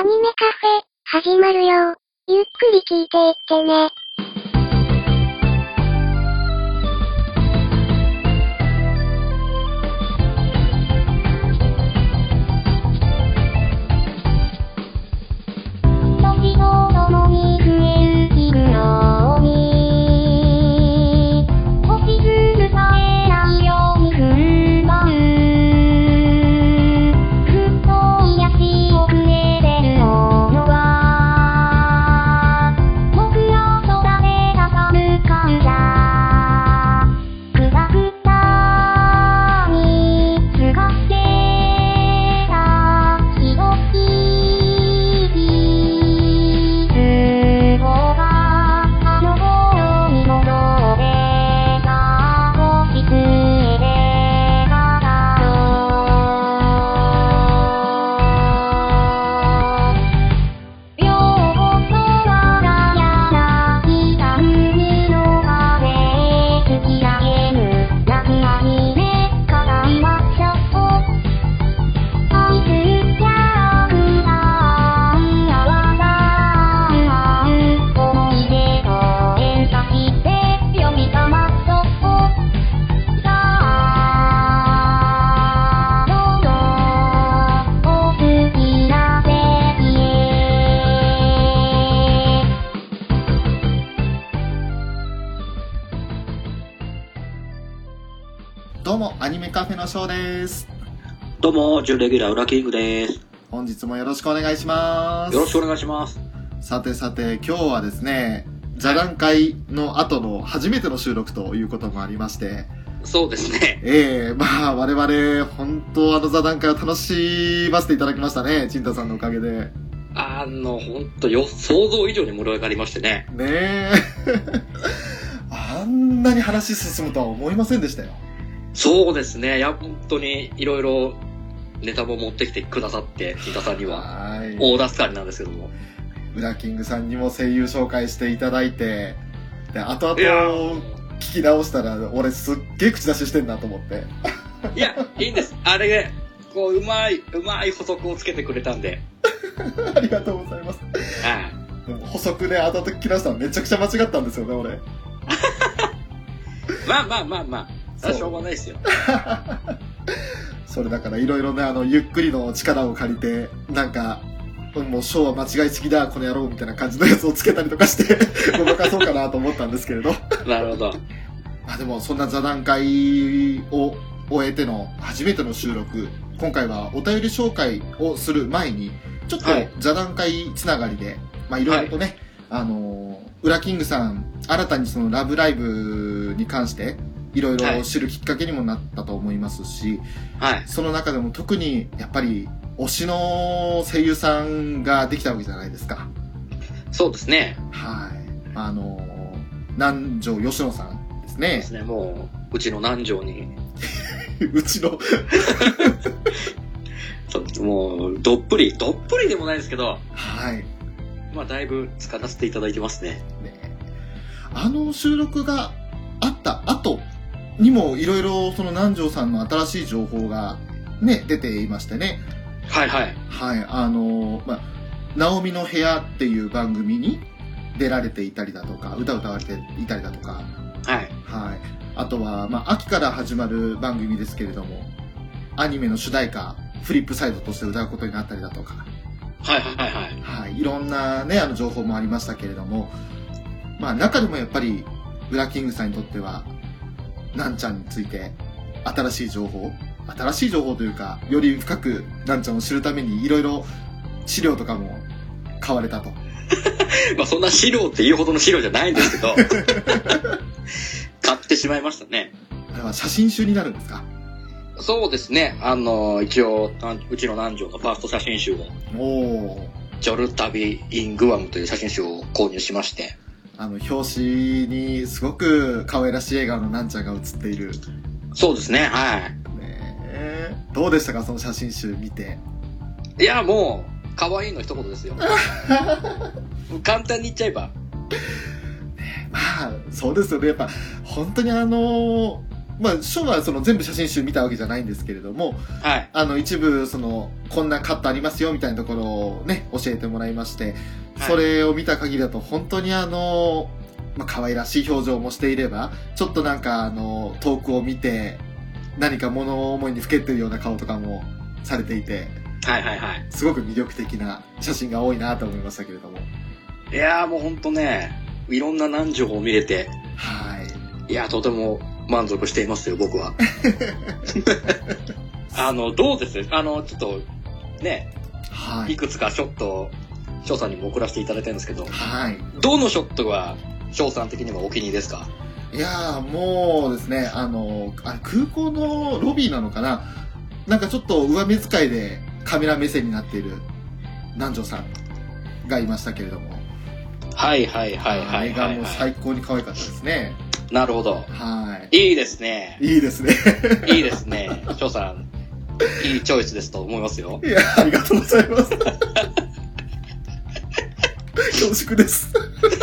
アニメカフェ、始まるよ。ゆっくり聞いていってね。時とともに増える日のように、星屑さえないように踏ん張る。ふっと癒しをくれてるものは、僕ら空で挟む感謝。くたくたにすがってたひどい希望があの頃に戻ってた星つえで語ろう。ようこそ我が家なきた海の風へ突き上げる夏アニメ語りましょう。愛するキャラクターやわら思い出と連鎖して読み覚まそう。さあどうぞお好きな席へ。 どうも、アニメカフェのショーです。 どうも、準レギュラー、ウラキングです。 本日もよろしくお願いします。 よろしくお願いします。 さてさて、今日はですね、座談会の後の初めての収録ということもありまして、 そうですね。 まあ、我々、本当座談会を楽しませていただきましたね、チンタさんのおかげで。 ほんと想像以上に盛り上がりましてね。 ねえ。あんなに話進むとは思いませんでしたよ。 そうですね。いや、本当にいろいろネタも持ってきてくださって、新田さんには大助かりなんですけども。 ウラキングさんにも声優紹介していただいて、で、後いや 々聞き直したら、俺すっげえ口出ししてんなと思って。 いや、いいんです。あれで、こう、うまい補足をつけてくれたんで。 ありがとうございます。 はい。 でも補足で後々聞き出したらめちゃくちゃ間違ったんですよね、俺。 まあ。それはしょうがないですよ。 それだからいろいろね、ゆっくりの力を借りて、なんか、もうショーは間違いすぎだ、この野郎みたいな感じのやつをつけたりとかして、ごまかそうかなと思ったんですけれど。 なるほど。 まあでも、そんな座談会を終えての初めての収録、今回はお便り紹介をする前に、ちょっと座談会つながりで、まあいろいろとね、ウラキングさん、新たにそのラブライブに関して、いろいろ知るきっかけにもなったと思いますし、 はい。 その中でも特にやっぱり推しの声優さんができたわけじゃないですか。 そうですね。 はい。南條吉野さんですね。 そうですね。もう、うちの南條に。 うちのもう、どっぷりでもないですけど、 はい。 まあ、だいぶ使わせていただいてますね。 収録があった後にもいろいろその南條さんの新しい情報がね、出ていましてね。 はいはい。 はい。ナオミの部屋っていう番組に出られていたりだとか、歌われていたりだとか。 はい。 はい。あとは、秋から始まる番組ですけれども、アニメの主題歌、フリップサイドとして歌うことになったりだとか。 はい。 はい。いろんなね、情報もありましたけれども、中でもやっぱり、ウラキングさんにとっては、なんちゃんについて、新しい情報というか、より深くなんちゃんを知るために、いろいろ資料とかも買われたと。 そんな資料っていうほどの資料じゃないんですけど、買ってしまいましたね。 あれは写真集になるんですか？ そうですね。一応、うちの南條のファースト写真集を、ジョル旅イングアムという写真集を購入しまして、 表紙にすごく可愛らしい笑顔のなんちゃんが写っている。 そうですね、はい。 どうでしたか、その写真集見て。 いや、もう、可愛いの一言ですよ。簡単に言っちゃえば。 そうですよね。やっぱ、本当にまあ、書は全部写真集見たわけじゃないんですけれども、 はい。 一部、こんなカットありますよ、みたいなところをね、教えてもらいまして、それを見た限りだと、本当にまあ、可愛らしい表情もしていれば、ちょっとなんか遠くを見て、何か物思いにふけってるような顔とかもされていて、 はいはいはい。 すごく魅力的な写真が多いなと思いましたけれども。 いやーもうほんとね、いろんな南條を見れて、 はい。 いや、とても満足していますよ、僕は。どうですちょっと、ね、 はい。 いくつかショット、翔さんにも送らせていただいたんですけど、 はい。 どのショットが翔さん的にはお気に入りですか？ いやー、もうですね、空港のロビーなのかな、なんかちょっと上目遣いでカメラ目線になっている南條さんがいましたけれども。 はいはいはいはい、はい。 あれがもう最高に可愛かったですね。 なるほど。 はい。 いいですね。 いいですね。 いいですね。翔さん、いいチョイスですと思いますよ。 いや、ありがとうございます。恐縮です。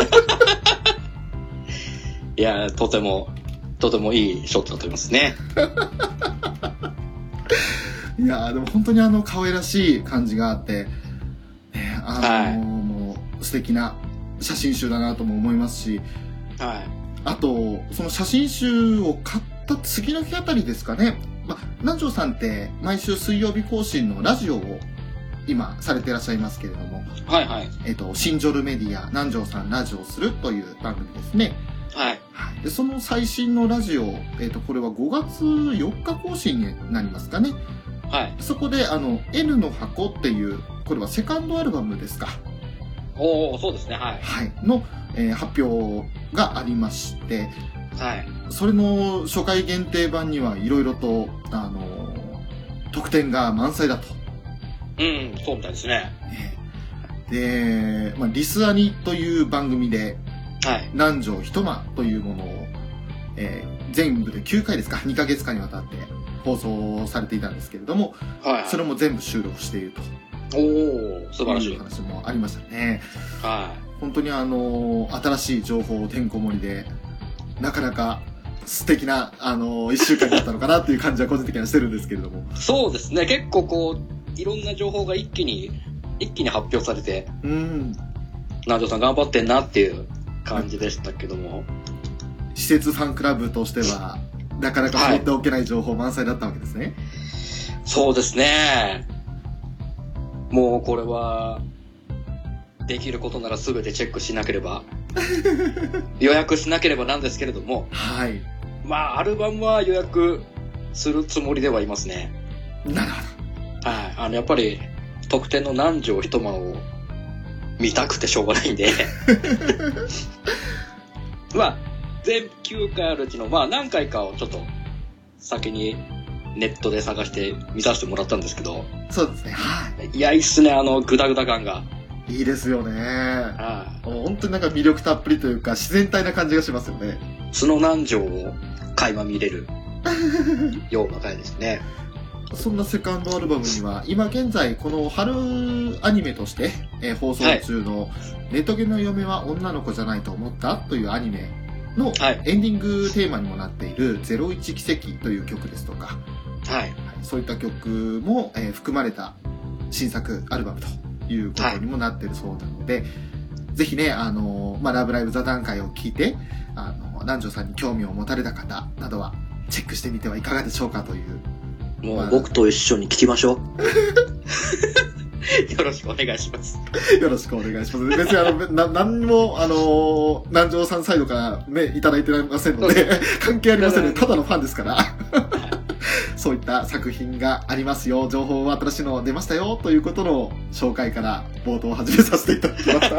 いや、とてもいいショットだと思いますね。 いや、でも本当に可愛らしい感じがあって、ね、もう素敵な写真集だなとも思いますし、 はい。 あと、その写真集を買った次の日あたりですかね。まあ、南條さんって毎週水曜日更新のラジオを今されていらっしゃいますけれども。 はいはい。 シンジョルメディア、南條さんラジオをするという番組ですね。 はい。 はい。で、その最新のラジオ、これは5月4日更新になりますかね。 はい。 そこで、N の箱っていう、これはセカンドアルバムですか。 おー、そうですね、はい。 はい。の、発表がありまして、 はい。 それの初回限定版にはいろいろと、特典が満載だと。 うん、そうみたいですね。 で、まあ、リスアニという番組で、 はい。 南條一間というものを、全部で9回ですか、2ヶ月間にわたって放送されていたんですけれども、 はい、はい。 それも全部収録していると。 おー、素晴らしい。 いう話もありましたね。 は本当に新しい情報てんこ盛りで、なかなか素敵な、1週間だったのかなっていう感じは個人的にはしてるんですけれども。 そうですね、結構こう、いろんな情報が一気に発表されて、南條さん頑張ってんなっていう感じでしたけども。 施設ファンクラブとしては、なかなか放っておけない情報満載だったわけですね。 そうですね。もうこれは、できることなら全てチェックしなければ、予約しなければなんですけれども、 はい。 まあ、アルバムは予約するつもりではいますね。 なるほはい。やっぱり、特典の南條一間を見たくてしょうがないんで。まあ、全9回あるうちの、まあ何回かをちょっと先にネットで探して見させてもらったんですけど。 そうですね。はい。 いや、いいっすね、グダグダ感が。 いいですよね。 はい。 本当になんか魅力たっぷりというか、自然体な感じがしますよね。 角南條を垣間見れるような回ですね。 そんなセカンドアルバムには、今現在この春アニメとして、放送中の、ネトゲの嫁は女の子じゃないと思ったというアニメのエンディングテーマにもなっている01奇跡という曲ですとか、 はい。 そういった曲も、含まれた新作アルバムということにもなっているそうなので、ぜひね、まあ、ラブライブ座談会を聞いて、南條さんに興味を持たれた方などは、チェックしてみてはいかがでしょうかという。 もう僕と一緒に聞きましょう。よろしくお願いします。 よろしくお願いします。別に何も、南條さんサイドからね、いただいてませんので、関係ありませんので、ただのファンですから。そういった作品がありますよ、情報は新しいの出ましたよ、ということの紹介から冒頭を始めさせていただきました。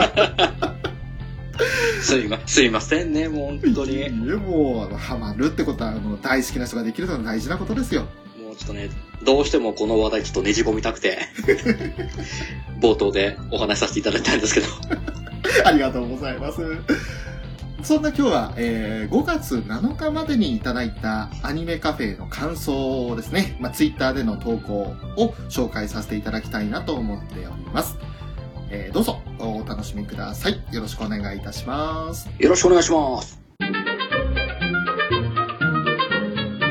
すいませんね、もう本当に。 もう、ハマるってことは、大好きな人ができるのは大事なことですよ。 もうちょっとね、どうしてもこの話題ちょっとねじ込みたくて、冒頭でお話しさせていただいたんですけど。 ありがとうございます。そんな今日は、5月7日までにいただいたアニメカフェの感想をですね、ツイッターでの投稿を紹介させていただきたいなと思っております。どうぞお楽しみください。よろしくお願いいたします。 よろしくお願いします。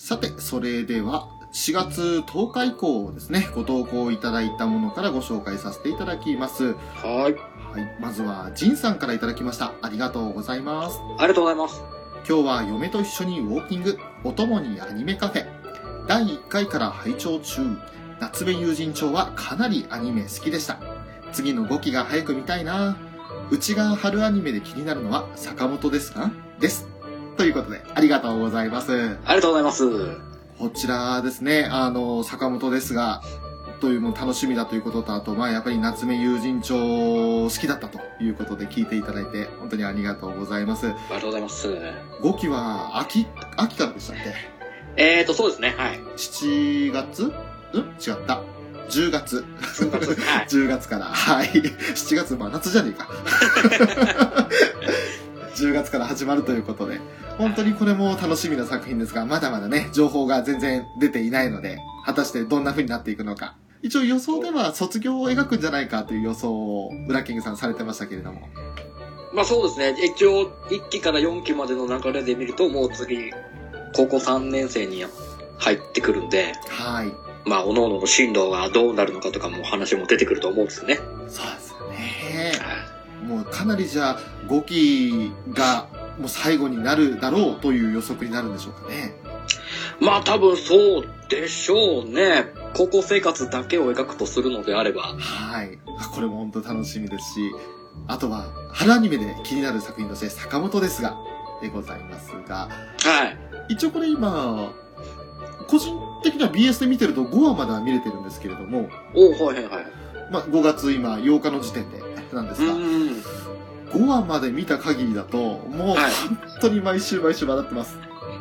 さて、それでは、4月10日以降ですね、ご投稿いただいたものからご紹介させていただきます。 はい。 はい。まずは、ジンさんからいただきました。ありがとうございます。 ありがとうございます。 今日は嫁と一緒にウォーキング、お供にアニメカフェ。第1回から拝聴中。夏目友人帳はかなりアニメ好きでした。次の5期が早く見たいな。うちが春アニメで気になるのは坂本ですかです。ということで、ありがとうございます。 ありがとうございます。 こちらですね、坂本ですが、というも楽しみだということと、あと、やっぱり夏目友人帳好きだったということで聞いていただいて、本当にありがとうございます。 ありがとうございます。 5期は秋からでしたっけ？ そうですね、はい。 7月？違った。10月。 10月。はい。 10月から。はい。7月真夏じゃねえか。10月から始まるということで、本当にこれも楽しみな作品ですが、まだまだね、情報が全然出ていないので、果たしてどんな風になっていくのか。一応予想では卒業を描くんじゃないかという予想を、ブラッキングさんされてましたけれども。 まあそうですね、一応1期から4期までの流れで見ると、もう次、高校3年生に入ってくるんで、 はい。 まあ、各々の進路がどうなるのかとかも話も出てくると思うんですよね。 そうですよね。もうかなりじゃあ、5期がもう最後になるだろうという予測になるんでしょうかね。 まあ多分そうでしょうね。高校生活だけを描くとするのであれば。 はい。これも本当楽しみですし、あとは、春アニメで気になる作品として坂本ですが、でございますが、 はい。 一応これ今、個人的には BS で見てると5話までは見れてるんですけれども、 はいはいはい。 5月今8日の時点でなんですが、5話まで見た限りだと、もう本当に毎週笑ってます。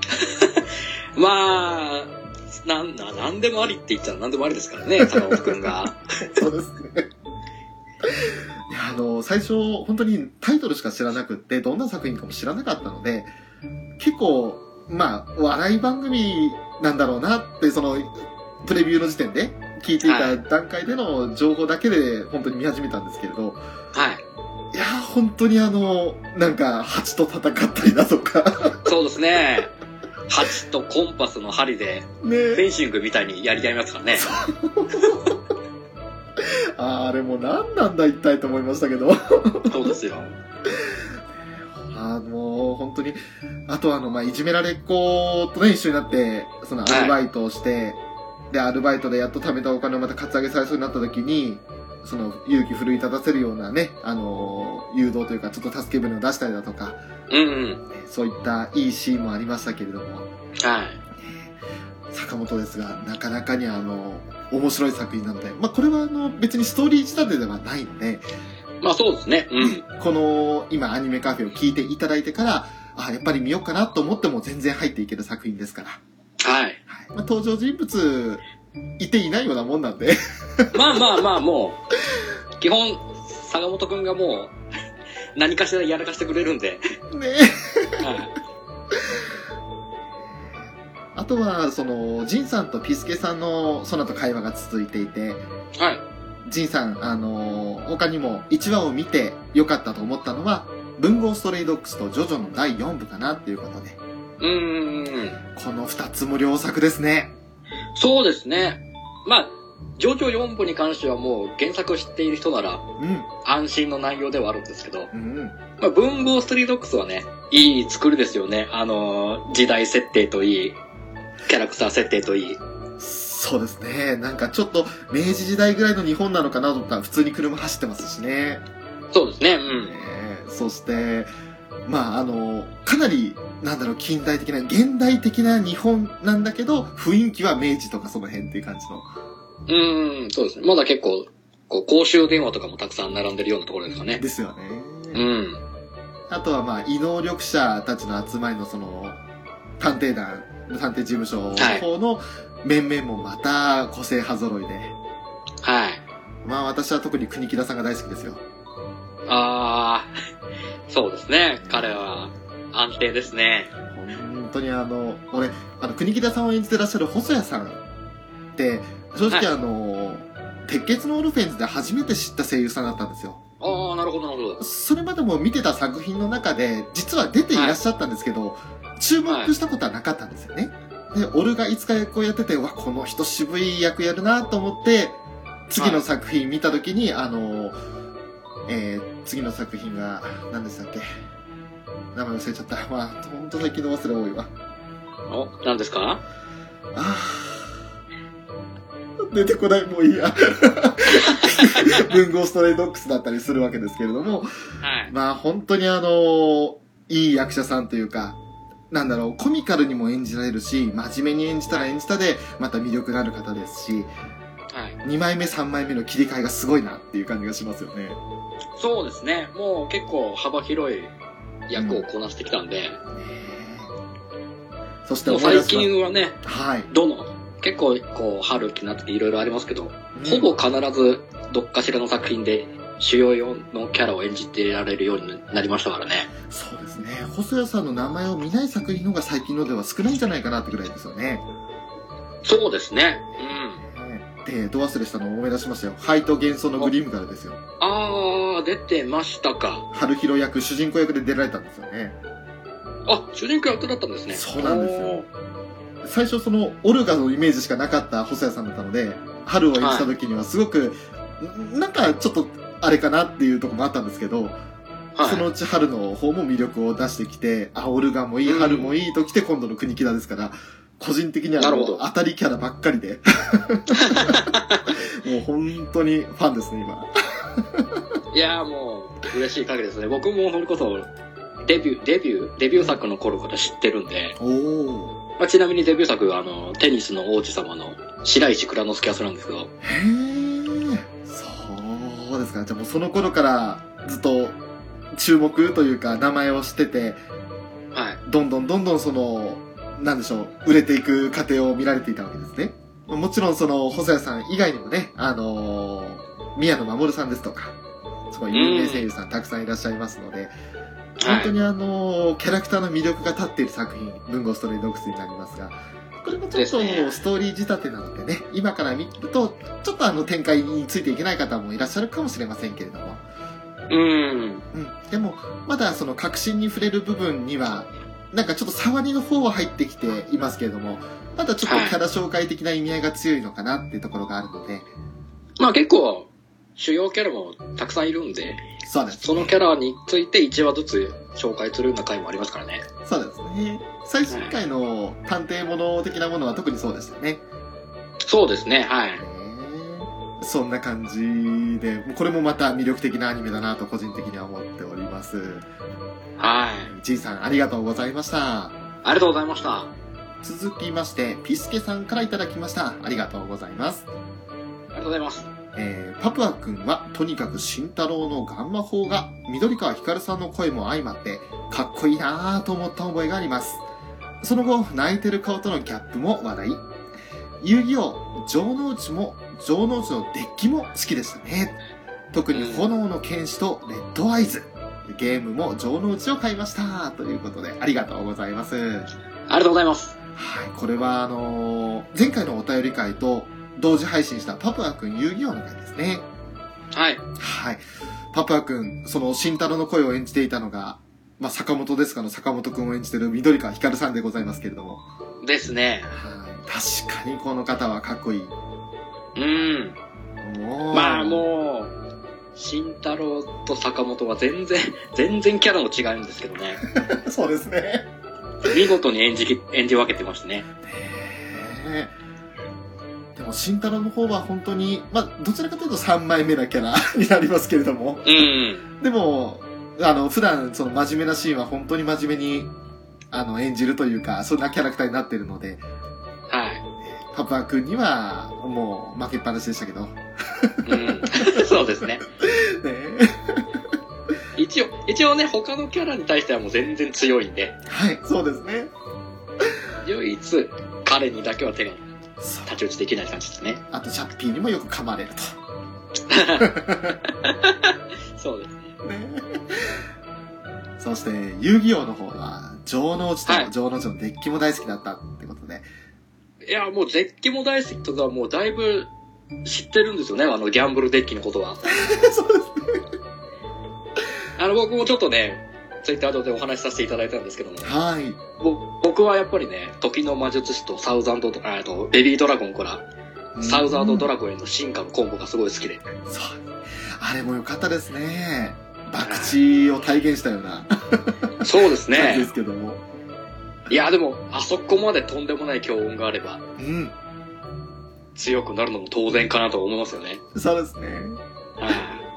まあ、なんでもありって言っちゃなんでもありですからね、坂本くんが。 そうですね。いや、最初、本当にタイトルしか知らなくって、どんな作品かも知らなかったので、結構、笑い番組なんだろうなって、その、プレビューの時点で聞いていた段階での情報だけで本当に見始めたんですけれど、 はい。 いやー、本当になんか、蜂と戦ったりだとか。 そうですね。蜂とコンパスの針で、フェンシングみたいにやり合いますからね。 あれも何なんだ一体と思いましたけど。 そうですよ。 もう本当に、あといじめられっ子とね、一緒になって、そのアルバイトをして、で、アルバイトでやっと貯めたお金をまたカツアゲされそうになった時に、その勇気奮い立たせるようなね、誘導というか、ちょっと助け舟を出したりだとか、そういったいいシーンもありましたけれども、 はい。 坂本ですが、なかなかに面白い作品なので、これは別にストーリー仕立てではないので、 まあそうですね。 この、今アニメカフェを聞いていただいてから、やっぱり見ようかなと思っても全然入っていける作品ですから。 はい。 登場人物、いていないようなもんなんで。 まあ、もう、基本、坂本くんがもう、何かしらやらかしてくれるんで。 ねえ。 はい。 あとは、ジンさんとピスケさんのその後会話が続いていて、 はい。 ジンさん、他にも1話を見て良かったと思ったのは、文豪ストレイドッグスとジョジョの第4部かなっていうことで。この2つも良作ですね。 そうですね。ジョジョ4部に関してはもう原作を知っている人なら、安心の内容ではあるんですけど、文豪ストレイドッグスはね、いい作りですよね。時代設定といい、キャラクター設定といい。 そうですね。なんかちょっと明治時代ぐらいの日本なのかなと思ったら普通に車走ってますしね。 そうですね。 そして、かなり、近代的な、現代的な日本なんだけど、雰囲気は明治とかその辺っていう感じの。 そうですね。まだ結構、公衆電話とかもたくさん並んでるようなところですかね。 ですよね。あとは異能力者たちの集まりの探偵団、探偵事務所の方の面々もまた個性派揃いで。 はい。 私は特に国木田さんが大好きですよ。 そうですね。彼は安定ですね。 本当に俺、国木田さんを演じてらっしゃる細谷さんって、正直鉄血のオルフェンズで初めて知った声優さんだったんですよ。 なるほどなるほど。 それまでも見てた作品の中で、実は出ていらっしゃったんですけど、注目したことはなかったんですよね。 で、オルガいつか役をやってて、うわ、この人渋い役やるなと思って、次の作品見たときに、次の作品が、何でしたっけ？名前忘れちゃった。まあ、ほんと最近の忘れ多いわ。 お、何ですか？ 出てこない、もういいや。文豪ストレイドッグスだったりするわけですけれども、 はい。 まあ本当にいい役者さんというか、なんだろう、コミカルにも演じられるし、真面目に演じたら演じたで、また魅力がある方ですし、 はい。 2枚目、3枚目の切り替えがすごいなっていう感じがしますよね。 そうですね。もう結構幅広い役をこなしてきたんで、 そしてもう最近はね、 はい。 結構こう、春になっていろいろありますけど、ほぼ必ずどっかしらの作品で主要のキャラを演じてられるようになりましたからね。 そうですね。細谷さんの名前を見ない作品の方が最近のでは少ないんじゃないかなってぐらいですよね。 そうですね。 で、ど忘れしたのを思い出しましたよ。ハイと幻想のグリムガルですよ。 出てましたか。 春広役、主人公役で出られたんですよね。 主人公役だったんですね。 そうなんですよ。最初オルガのイメージしかなかった細谷さんだったので、春を演じた時にはすごく、なんかちょっとあれかなっていうところもあったんですけど、そのうち春の方も魅力を出してきて、オルガもいい、春もいいときて今度の国木田ですから、個人的には当たりキャラばっかりで。もう本当にファンですね、今。 いやーもう、嬉しい限りですね。僕もそれこそ、デビュー作の頃から知ってるんで、ちなみにデビュー作はテニスの王子様の白石蔵之介役なんですけど。 そうですか。じゃあもうその頃からずっと注目というか名前を知ってて、 はい。 どんどんなんでしょう、売れていく過程を見られていたわけですね。もちろん細谷さん以外にもね、宮野真守さんですとか、すごい有名声優さんたくさんいらっしゃいますので、本当にキャラクターの魅力が立っている作品、文豪ストレイドッグスになりますが、これもちょっとストーリー仕立てなのでね、今から見ると、ちょっと展開についていけない方もいらっしゃるかもしれませんけれども。でも、まだ革新に触れる部分には、なんかちょっと触りの方は入ってきていますけれども、まだちょっとキャラ紹介的な意味合いが強いのかなっていうところがあるので。 まあ結構、主要キャラもたくさんいるんで、 そうですね。 そのキャラについて1話ずつ紹介するような回もありますからね。 そうですね。最新回の探偵もの的なものは特にそうでしたね。 そうですね、はい。 そんな感じで、これもまた魅力的なアニメだなと個人的には思っております。 はい。 G さんありがとうございました。 ありがとうございました。 続きまして、ピスケさんからいただきました。ありがとうございます。 ありがとうございます。 パプア君はとにかく慎太郎のガンマ砲が緑川光さんの声も相まってかっこいいなぁと思った覚えがあります。その後、泣いてる顔とのギャップも話題。遊戯王、城之内のデッキも好きでしたね。特に炎の剣士とレッドアイズ。ゲームも城之内を買いました。ということで、ありがとうございます。 ありがとうございます。 はい、これは前回のお便り会と同時配信したパプア君遊戯王の回ですね。 はい。 はい。パプア君、慎太郎の声を演じていたのが、坂本ですかの坂本君を演じている緑川光さんでございますけれども。 ですね。 はい。確かにこの方はかっこいい。 もう、慎太郎と坂本は全然キャラの違うんですけどね。 そうですね。 見事に演じ分けてましたね。 でも、慎太郎の方は本当に、どちらかというと3枚目なキャラになりますけれども。でも、普段、真面目なシーンは本当に真面目に、演じるというか、そんなキャラクターになっているので。 はい。 パパ君には、もう、負けっぱなしでしたけど。 そうですね。一応ね、他のキャラに対してはもう全然強いんで。 はい、そうですね。 唯一、彼にだけは手が太刀打ちできない感じですね。 あと、チャッピーにもよく噛まれると。 そうですね。 そして、遊戯王の方は、城之内と城之内のデッキも大好きだったってことで。 いや、もうデッキも大好きとか、もうだいぶ知ってるんですよね、ギャンブルデッキのことは。 そうですね。 僕もちょっとね、 ツイッターでお話しさせていただいたんですけども、 はい。 僕はやっぱりね、時の魔術師とサウザンド、ベビードラゴンからサウザードドラゴンへの進化のコンボがすごい好きで。 そう。あれも良かったですね。博打を体現したようなそうです感じでね。 すけども。 いや、でも、あそこまでとんでもない強運があれば、 うん。 強くなるのも当然かなと思いますよね。 そうですね。 はい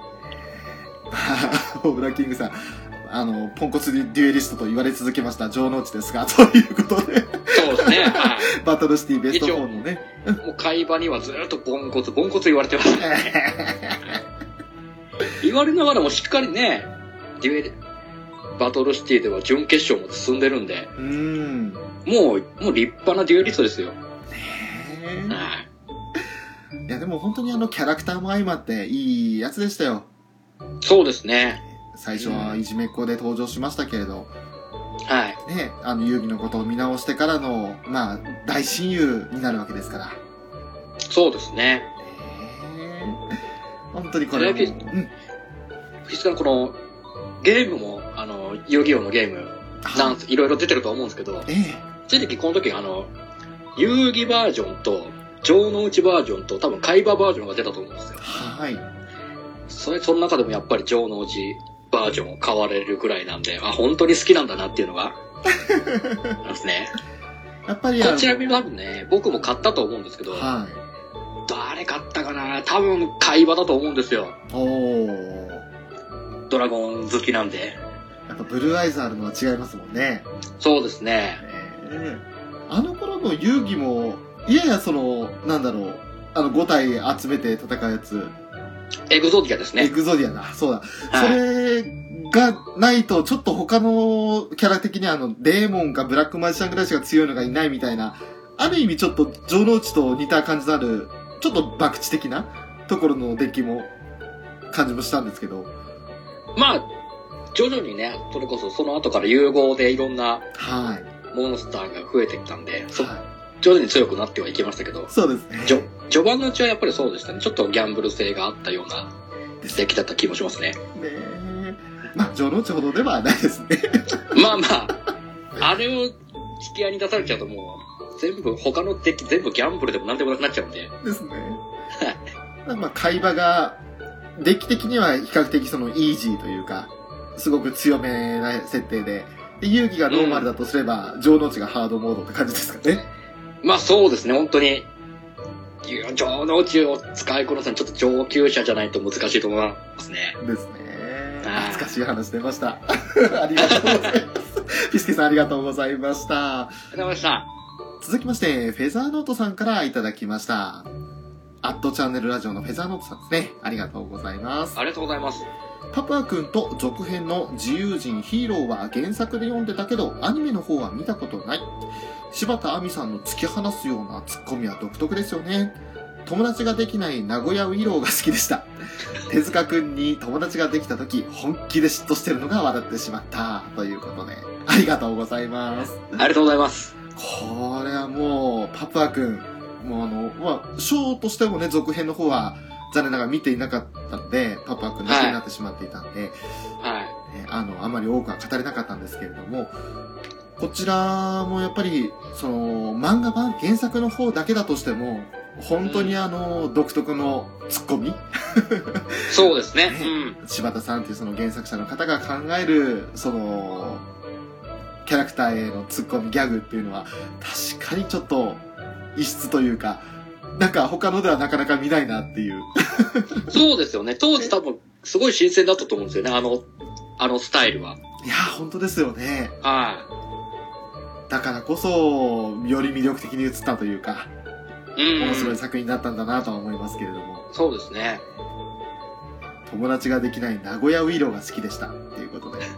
オブラキングさん、ポンコツデュエリストと言われ続けました、城之内ですが、ということで、 そうですね。はい。 バトルシティベスト4のね。 もう会話にはずっとポンコツ言われてますね。言われながらもしっかりね、バトルシティでは準決勝まで進んでるんで、もう立派なデュエリストですよ。 ねはいえ。いや、でも本当にキャラクターも相まっていいやつでしたよ。 そうですね。 最初はいじめっ子で登場しましたけれど、 はい。 ね、遊戯のことを見直してからの、まあ、大親友になるわけですから。 そうですね。 本当にこれも、 フィスさん、この、ゲームも、遊戯王のゲーム、いろいろ出てると思うんですけど、正直この時、遊戯バージョンと、城之内バージョンと、多分海馬バージョンが出たと思うんですよ。 はい。 その中でもやっぱり城之内バージョンを買われるくらいなんで、本当に好きなんだなっていうのが、ありますね。 やっぱりこちらに多分ね、僕も買ったと思うんですけど、 はい。 誰買ったかな、多分海馬だと思うんですよ。ドラゴン好きなんで。 やっぱブルーアイズあるのは違いますもんね。 そうですね。 あの頃の遊戯も、いややなんだろう、5体集めて戦うやつ。 エグゾディアですね。 エグゾディアだ、そうだ。 はい、 それがないと、ちょっと他のキャラ的にデーモンかブラックマジシャンぐらいしか強いのがいないみたいな、ある意味ちょっと城之内と似た感じのある、ちょっと博打的なところのデッキも、感じもしたんですけど。 まあ、徐々にね、それこそその後から融合でいろんな、モンスターが増えてきたんで、徐々に強くなってはいきましたけど、 そうですね。 序盤のうちはやっぱりそうでしたね。ちょっとギャンブル性があったようなデッキだった気もしますね。 まあ、城之内ほどではないですね。 まあまあ、あれを引き合いに出されちゃうともう、他のデッキ全部ギャンブルでも何でもなくなっちゃうんで。 ですね。まあ、海馬が、デッキ的には比較的イージーというか、すごく強めな設定で、遊戯がノーマルだとすれば、城之内がハードモードって感じですかね。 まあそうですね、本当に。城之内を使いこなすのはちょっと上級者じゃないと難しいと思いますね。 ですね。懐かしい話出ました。ありがとうございます。ピスケさんありがとうございました。 ありがとうございました。 続きまして、フェザーノートさんからいただきました。アットチャンネルラジオのフェザーノートさんですね。ありがとうございます。 ありがとうございます。 パプア君と続編の自由人ヒーローは原作で読んでたけど、アニメの方は見たことない。柴田亜美さんの突き放すようなツッコミは独特ですよね。友達ができない名古屋ウィローが好きでした。手塚くんに友達ができた時、本気で嫉妬してるのが笑ってしまった。ということで、ありがとうございます。 ありがとうございます。 これはもう、パプアくん、もうショーとしてもね、続編の方は、残念ながら見ていなかったので、パプアくんだけになってしまっていたんで、あまり多くは語れなかったんですけれども、こちらもやっぱり、漫画版、原作の方だけだとしても、本当に独特のツッコミそうですね。 柴田さんっていう原作者の方が考える、キャラクターへのツッコミギャグっていうのは、確かにちょっと、異質というか、なんか他のではなかなか見ないなっていう。 そうですよね。当時多分、すごい新鮮だったと思うんですよね、あのスタイルは。 いや、本当ですよね。 はい。 だからこそ、より魅力的に映ったというか、面白い作品になったんだなとは思いますけれども。 そうですね。 友達ができない名古屋ウィローが好きでしたっていうことで。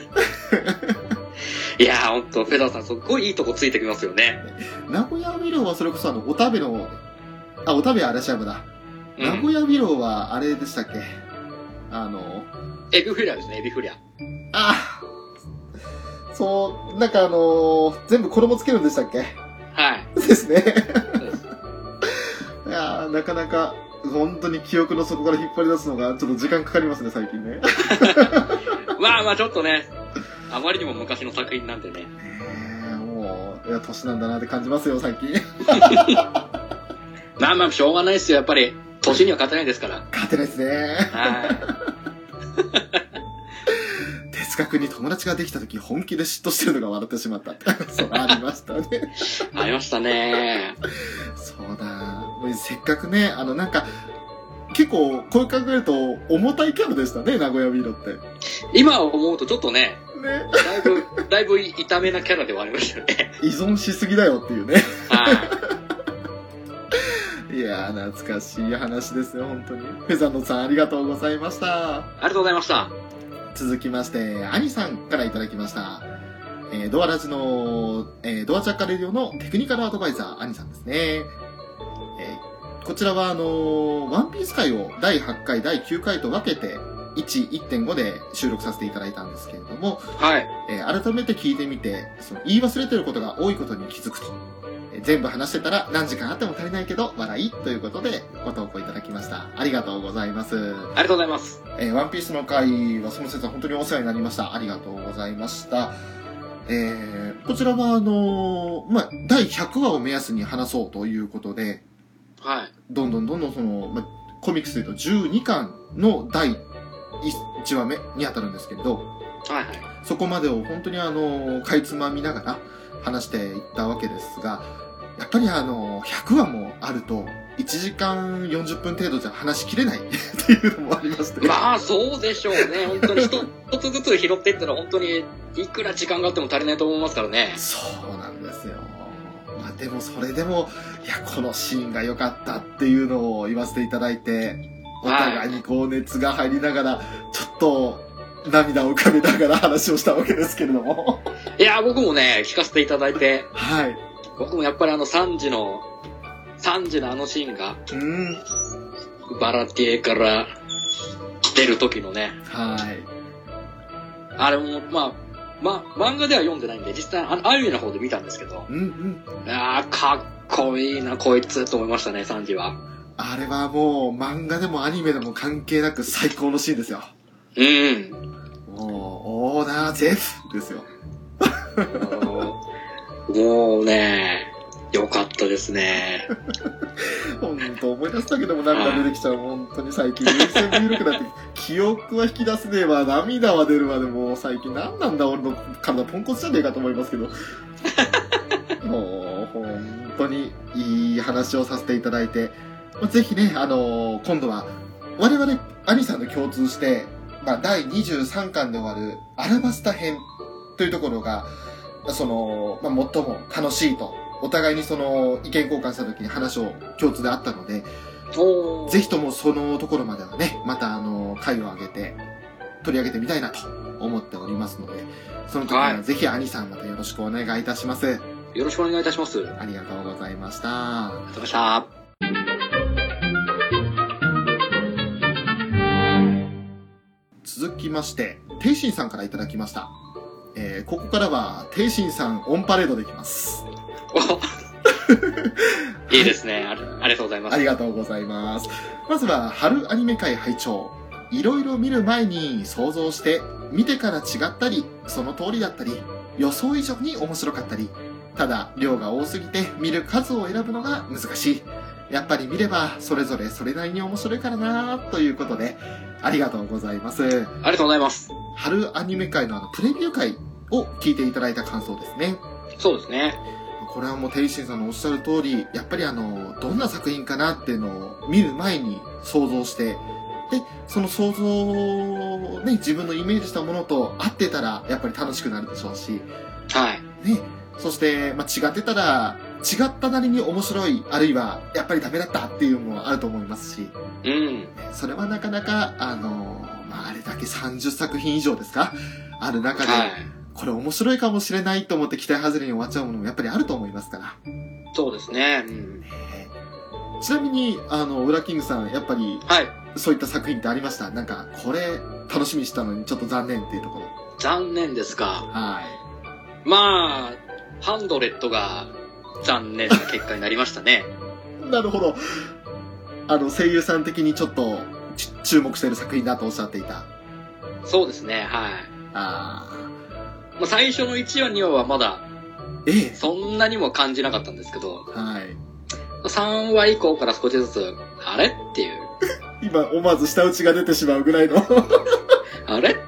いやー、ほんと、フェザーさん、すっごいいいとこついてきますよね。 名古屋ウィローはそれこそおたべの、おたべは嵐山だ。名古屋ウィローはあれでしたっけ？ エビフリアですね、エビフリア。 そう、なんか全部衣つけるんでしたっけ？ はい。 ですね。いやー、なかなか、本当に記憶の底から引っ張り出すのが、ちょっと時間かかりますね、最近ね。 まあまあ、ちょっとね、 あまりにも昔の作品なんでね。 もう、いや、年なんだなって感じますよ、最近。 まあまあ、しょうがないですよ。やっぱり、年には勝てないですから。 勝てないですね。 は哲学に友達ができた時本気で嫉妬してるのが笑ってしまったって。そう、ありましたね。 い。ありましたね。 そうだ。せっかくね、なんか、結構、こう考えると、重たいキャラでしたね、名古屋ビーロって。 今思うとちょっとね、 ね。 だいぶ痛めなキャラではありましたよね。 依存しすぎだよっていうね。 はいやー、懐かしい話ですよ、本当に。フェザノさん、ありがとうございました。 ありがとうございました。 続きまして、アニさんからいただきました。ドアラジの、ドアチャッカレディオのテクニカルアドバイザー、アニさんですね。こちらは、ワンピース回を第8回、第9回と分けて、1、1.5 で収録させていただいたんですけれども、 はい。 改めて聞いてみて、言い忘れてることが多いことに気づくと。全部話してたら何時間あっても足りないけど、笑いということでご投稿いただきました。ありがとうございます。 ありがとうございます。 ワンピースの回はその説は本当にお世話になりました。ありがとうございました。こちらは第100話を目安に話そうということで、 はい。 どんどんコミックスで言うと12巻の第1話目に当たるんですけれど、 はいはい。 そこまでを本当にかいつまみながら話していったわけですが、やっぱり100話もあると、1時間40分程度じゃ話しきれないっていうのもありまして。 まあ、そうでしょうね。本当に一つずつ拾っていったら本当にいくら時間があっても足りないと思いますからね。 そうなんですよ。まあでもそれでも、いや、このシーンが良かったっていうのを言わせていただいて、お互いにこう熱が入りながら、ちょっと涙を浮かべながら話をしたわけですけれども。 いや、僕もね、聞かせていただいて、 はい。 僕もやっぱり3時のあのシーンが、バラティエから出る時のね、 はい。 あれも、漫画では読んでないんで、実際、アニメの方で見たんですけど、かっこいいな、こいつ、と思いましたね、3時は。 あれはもう、漫画でもアニメでも関係なく最高のシーンですよ。もう、オーナーゼフですよ。 もうね、よかったですね。 本当思い出すだけでも涙出てきちゃう。本当に最近 USM16 だって記憶は引き出せねえわ、涙は出るわでもう最近何なんだ俺の体ポンコツじゃねえかと思いますけど。もう本当にいい話をさせていただいて、ぜひね、今度は我々アニさんと共通して、第23巻で終わるアラバスタ編というところが、最も楽しいと、お互いに意見交換した時に話を共通であったので、ぜひともそのところまではね、また回を上げて、取り上げてみたいなと思っておりますので、その時にはぜひ兄さんまたよろしくお願いいたします。よろしくお願いいたします。 ありがとうございました。 ありがとうございました。 続きまして、ていしんさんからいただきました。ここからは、ていしんさんオンパレードできます。 いいですね。ありがとうございます。 ありがとうございます。まずは、春アニメ界拝聴。いろいろ見る前に想像して、見てから違ったり、その通りだったり、予想以上に面白かったり、ただ、量が多すぎて見る数を選ぶのが難しい。やっぱり見れば、それぞれそれなりに面白いからなということで、ありがとうございます。 ありがとうございます。 春アニメ界のプレビュー会を聞いていただいた感想ですね。 そうですね。これはもうテイシンさんのおっしゃる通り、やっぱりどんな作品かなっていうのを見る前に想像して、で、その想像をね、自分のイメージしたものと合ってたら、やっぱり楽しくなるでしょうし、 はい。 ね、そして、違ってたら、違ったなりに面白い、あるいは、やっぱりダメだったっていうのもあると思いますし、それはなかなか、あれだけ30作品以上ですかある中で、これ面白いかもしれないと思って期待外れに終わっちゃうものもやっぱりあると思いますから。 そうですね。 ちなみに、ウラキングさん、やっぱり、そういった作品ってありました？なんか、これ、楽しみにしたのにちょっと残念っていうところ。 残念ですか。 はい。 まあ、ハンドレットが残念な結果になりましたね。 なるほど。声優さん的にちょっと注目している作品だとおっしゃっていた。 そうですね、はい。 まあ、最初の1話、2話はまだ、 ええ。 そんなにも感じなかったんですけど、 はい。 3話以降から少しずつ、あれっていう。 今、思わず舌打ちが出てしまうぐらいの。 あれ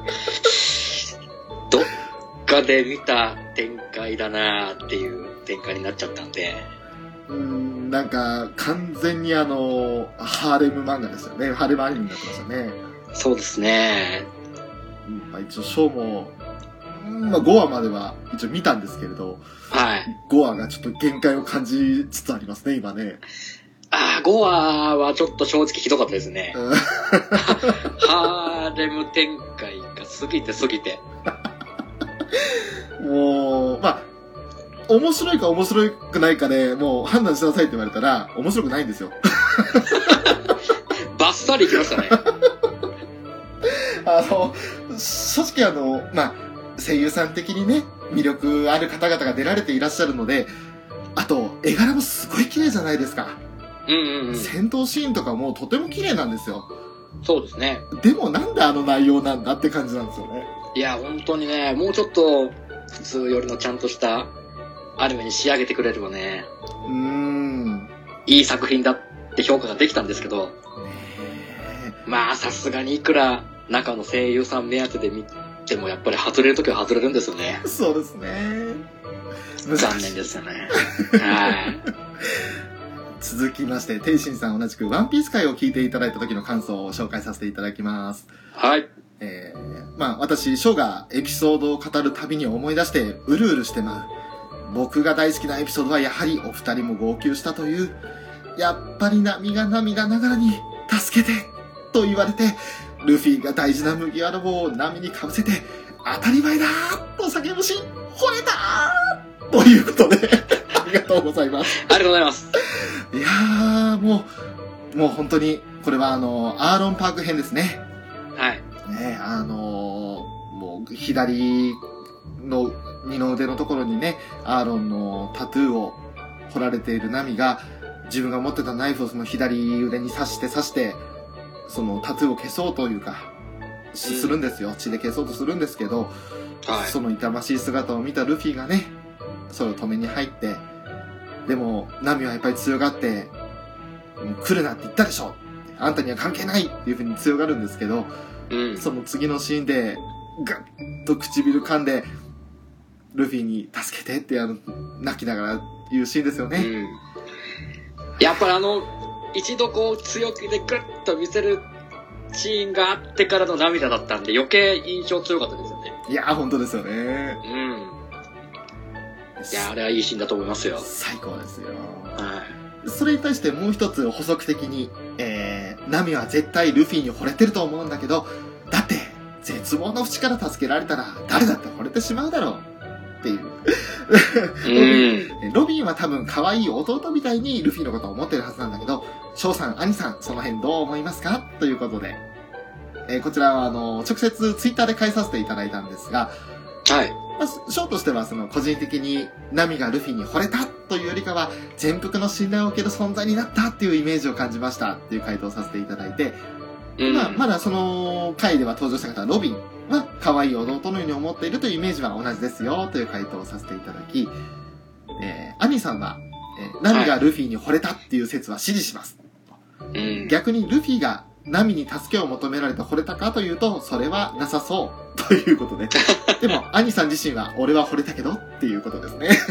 どっかで見た展開だなーっていう展開になっちゃったんで。 なんか、完全にハーレム漫画ですよね。ハーレムアニメになってましたね。 そうですね。 まあ一応、ショーも、まあ5話までは一応見たんですけれど、 はい。 5話がちょっと限界を感じつつありますね、今ね。 5話はちょっと正直ひどかったですね。ハーレム展開が過ぎて。 もう、まあ、面白いか面白くないかで、もう判断しなさいって言われたら、面白くないんですよ。 バッサリいきましたね。 正直まあ、声優さん的にね、魅力ある方々が出られていらっしゃるので、あと、絵柄もすごい綺麗じゃないですか。戦闘シーンとかもとても綺麗なんですよ。 そうですね。 でもなんであの内容なんだって感じなんですよね。 いや、本当にね、もうちょっと、普通よりのちゃんとしたアニメに仕上げてくれればね、いい作品だって評価ができたんですけど、まあ、さすがにいくら中の声優さん目当てで見てもやっぱり外れるときは外れるんですよね。 そうですね。 残念ですよね。はい。 続きまして、ていしんさん同じくワンピース回を聞いていただいた時の感想を紹介させていただきます。 はい。 まあ私、ショーがエピソードを語るたびに思い出してうるうるしてまう。僕が大好きなエピソードはやはりお二人も号泣したという、やっぱりナミが涙ながらに助けてと言われて、ルフィが大事な麦わら帽をナミにかぶせて当たり前だと叫ぶし、惚れたということでありがとうございます。 ありがとうございます。 いやー、もう本当に、これはアーロンパーク編ですね。 はい。 ね、もう、左の二の腕のところにね、アーロンのタトゥーを彫られているナミが、自分が持ってたナイフをその左腕に刺して、そのタトゥーを消そうというか、するんですよ。血で消そうとするんですけど、 はい、 その痛ましい姿を見たルフィがね、それを止めに入って、でも、ナミはやっぱり強がって、来るなって言ったでしょ、あんたには関係ないっていう風に強がるんですけど、その次のシーンで、ガッと唇噛んで、ルフィに助けてって泣きながら言うシーンですよね。 やっぱり一度こう強気でグッと見せるシーンがあってからの涙だったんで余計印象強かったですよね。 いやー、本当ですよね。 いやー、あれはいいシーンだと思いますよ。 最高ですよ。 はい。 それに対してもう一つ補足的に、ナミは絶対ルフィに惚れてると思うんだけど、だって、絶望の淵から助けられたら誰だって惚れてしまうだろうっていう。ロビンは多分可愛い弟みたいにルフィのことを思ってるはずなんだけど、翔さん、兄さん、その辺どう思いますかということで、こちらは直接ツイッターで返させていただいたんですが、 はい。 まあ、ショーとしては個人的にナミがルフィに惚れたというよりかは全幅の信頼を受ける存在になったっていうイメージを感じましたっていう回答をさせていただいて、まあ、まだその回では登場した方はロビンは可愛い弟のように思っているというイメージは同じですよという回答をさせていただき、アニさんは、ナミがルフィに惚れたっていう説は支持します。逆にルフィがナミに助けを求められて惚れたかというと、それはなさそうということで。でも、アニさん自身は、俺は惚れたけどっていうことですね。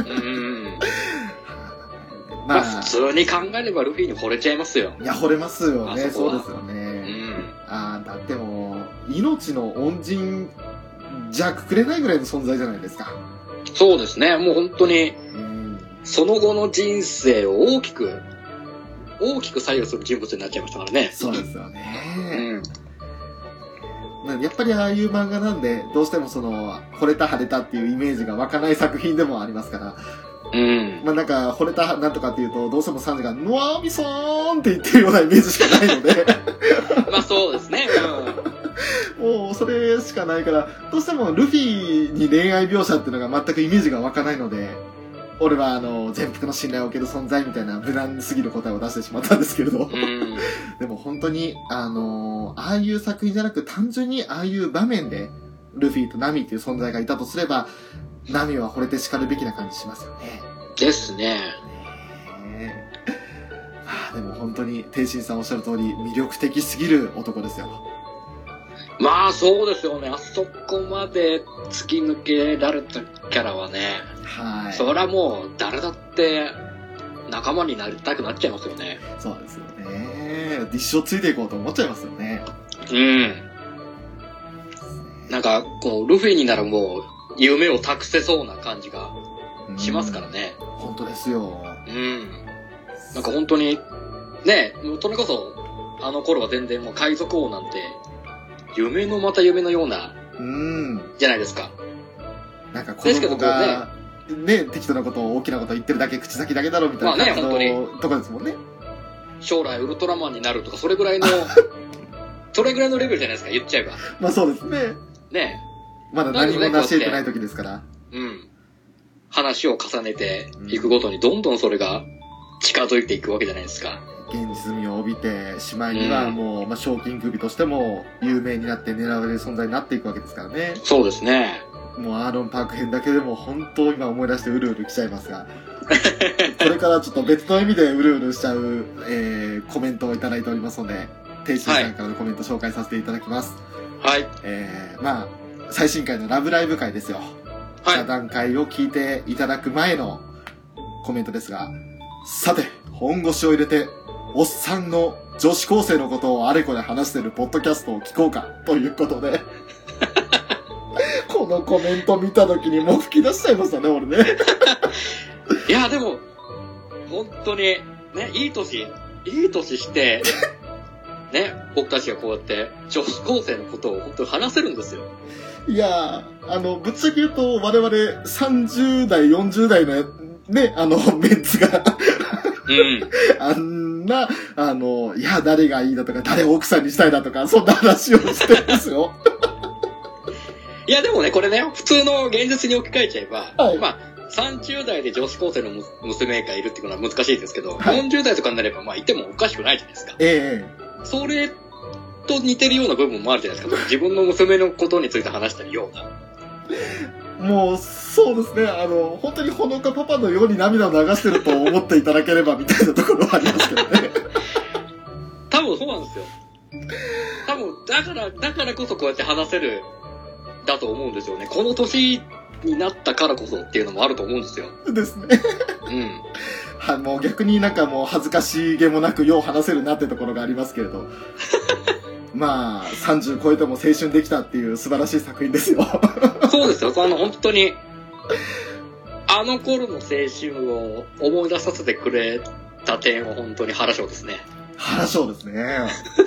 まあ、普通に考えればルフィに惚れちゃいますよ。 いや、惚れますよね。そうですよね。だってもう、命の恩人じゃくくれないぐらいの存在じゃないですか。 そうですね。もう本当に、その後の人生を大きく左右する人物になっちゃいましたからね。 そうですよね。やっぱりああいう漫画なんで、どうしても惚れた腫れたっていうイメージが湧かない作品でもありますから。まあなんか、惚れたなんとかっていうと、どうしてもサンジが、ノワミソーンって言ってるようなイメージしかないので。 まあそうですね。 もう、それしかないから、どうしてもルフィに恋愛描写っていうのが全くイメージが湧かないので、俺は全幅の信頼を受ける存在みたいな無難すぎる答えを出してしまったんですけれど。でも本当に、ああいう作品じゃなく単純にああいう場面でルフィとナミっていう存在がいたとすれば、ナミは惚れて叱るべきな感じしますよね。 ですね。 ねあでも本当に、天心さんおっしゃる通り、魅力的すぎる男ですよ。 まあそうですよね。あそこまで突き抜けられたキャラはね、 はい。 そりゃもう誰だって仲間になりたくなっちゃいますよね。 そうですよね。一生ついていこうと思っちゃいますよね。 うん。なんか、こう、ルフィにならもう、夢を託せそうな感じがしますからね。 本当ですよ。 うん。なんか本当に、ね、もうそれこそ、あの頃は全然もう海賊王なんて、夢のまた夢のような、じゃないですか。 なんか子供が、ね、適当なことを大きなこと言ってるだけ、口先だけだろみたいな感じのとこですもんね。 将来ウルトラマンになるとか、それぐらいの、それぐらいのレベルじゃないですか、言っちゃえば。 まあそうですね。 ね。 まだ何も成し得てない時ですから。 うん。話を重ねていくごとに、どんどんそれが近づいていくわけじゃないですか。 現実味を帯びて、しまいにはもう、まあ、賞金首としても有名になって狙われる存在になっていくわけですからね。 そうですね。 もうアーロンパーク編だけでも本当今思い出してうるうる来ちゃいますが、これからちょっと別の意味でうるうるしちゃう、コメントをいただいておりますので、天心さんからのコメント紹介させていただきます。 はい。 まあ、最新回のラブライブ回ですよ。 はい。 座談会を聞いていただく前のコメントですが、さて、本腰を入れて、おっさんの女子高生のことをあれこれ話してるポッドキャストを聞こうか、ということで。このコメント見たときにもう吹き出しちゃいましたね、俺ね。 いや、でも、本当に、ね、いい年して、ね、僕たちがこうやって女子高生のことを本当に話せるんですよ。 いやー、ぶっちゃけ言うと、我々30代、40代のね、メンツが、 うん。 あんな、いや、誰がいいだとか、誰を奥さんにしたいだとか、そんな話をしてるんですよ。 いや、でもね、これね、普通の現実に置き換えちゃえば、 はい、 まあ、30代で女子高生の娘がいるっていうのは難しいですけど、 はい、 40代とかになれば、まあ、いてもおかしくないじゃないですか。それと似てるような部分もあるじゃないですか。自分の娘のことについて話してるような。 もう、そうですね。本当にほのかパパのように涙を流してると思っていただければみたいなところはありますけどね。 多分そうなんですよ。多分、だからこそこうやって話せる、だと思うんですよね。この年になったからこそっていうのもあると思うんですよ。 ですね。 うん。 もう逆になんかもう恥ずかしげもなくよう話せるなってところがありますけれど。まあ、30超えても青春できたっていう素晴らしい作品ですよ。 そうですよ。本当に、あの頃の青春を思い出させてくれた点は本当に原章ですね。 原章ですね。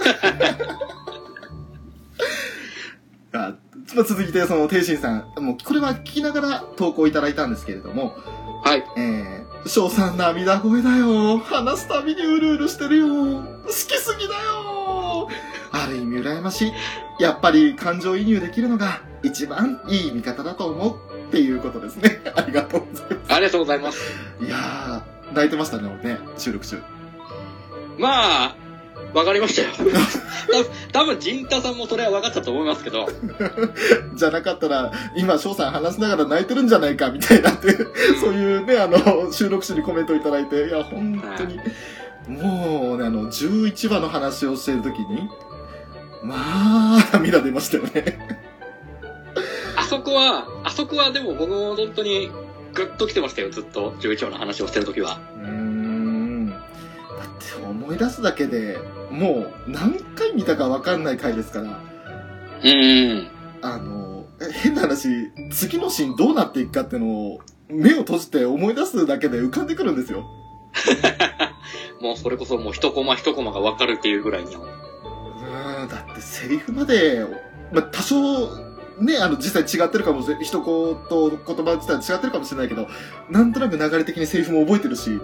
続いて、天心さん、もうこれは聞きながら投稿いただいたんですけれども、 はい。 翔さん涙声だよ。話すたびにうるうるしてるよ。好きすぎだよ。ある意味羨ましい。やっぱり感情移入できるのが一番いい味方だと思うっていうことですね。ありがとうございます。 ありがとうございます。 いやー、泣いてましたね、俺ね、収録中。 まあ、わかりましたよ。多分、ジンタさんもそれは分かったと思いますけど。 じゃなかったら、今、翔さん話しながら泣いてるんじゃないか、みたいなって、そういうね、収録中にコメントいただいて、いや、本当に、もうね、11話の話をしているときに、まあ、涙出ましたよね。 あそこはでも僕も本当に、グッと来てましたよ、ずっと。11話の話をしてるときは。 だって思い出すだけで、もう何回見たか分かんない回ですから。変な話、次のシーンどうなっていくかっていうのを、目を閉じて思い出すだけで浮かんでくるんですよ。 もうそれこそもう一コマ一コマが分かるっていうぐらいに。 だってセリフまで、多少、ね、実際違ってるかもしれない。一言葉自体違ってるかもしれないけど、なんとなく流れ的にセリフも覚えてるし。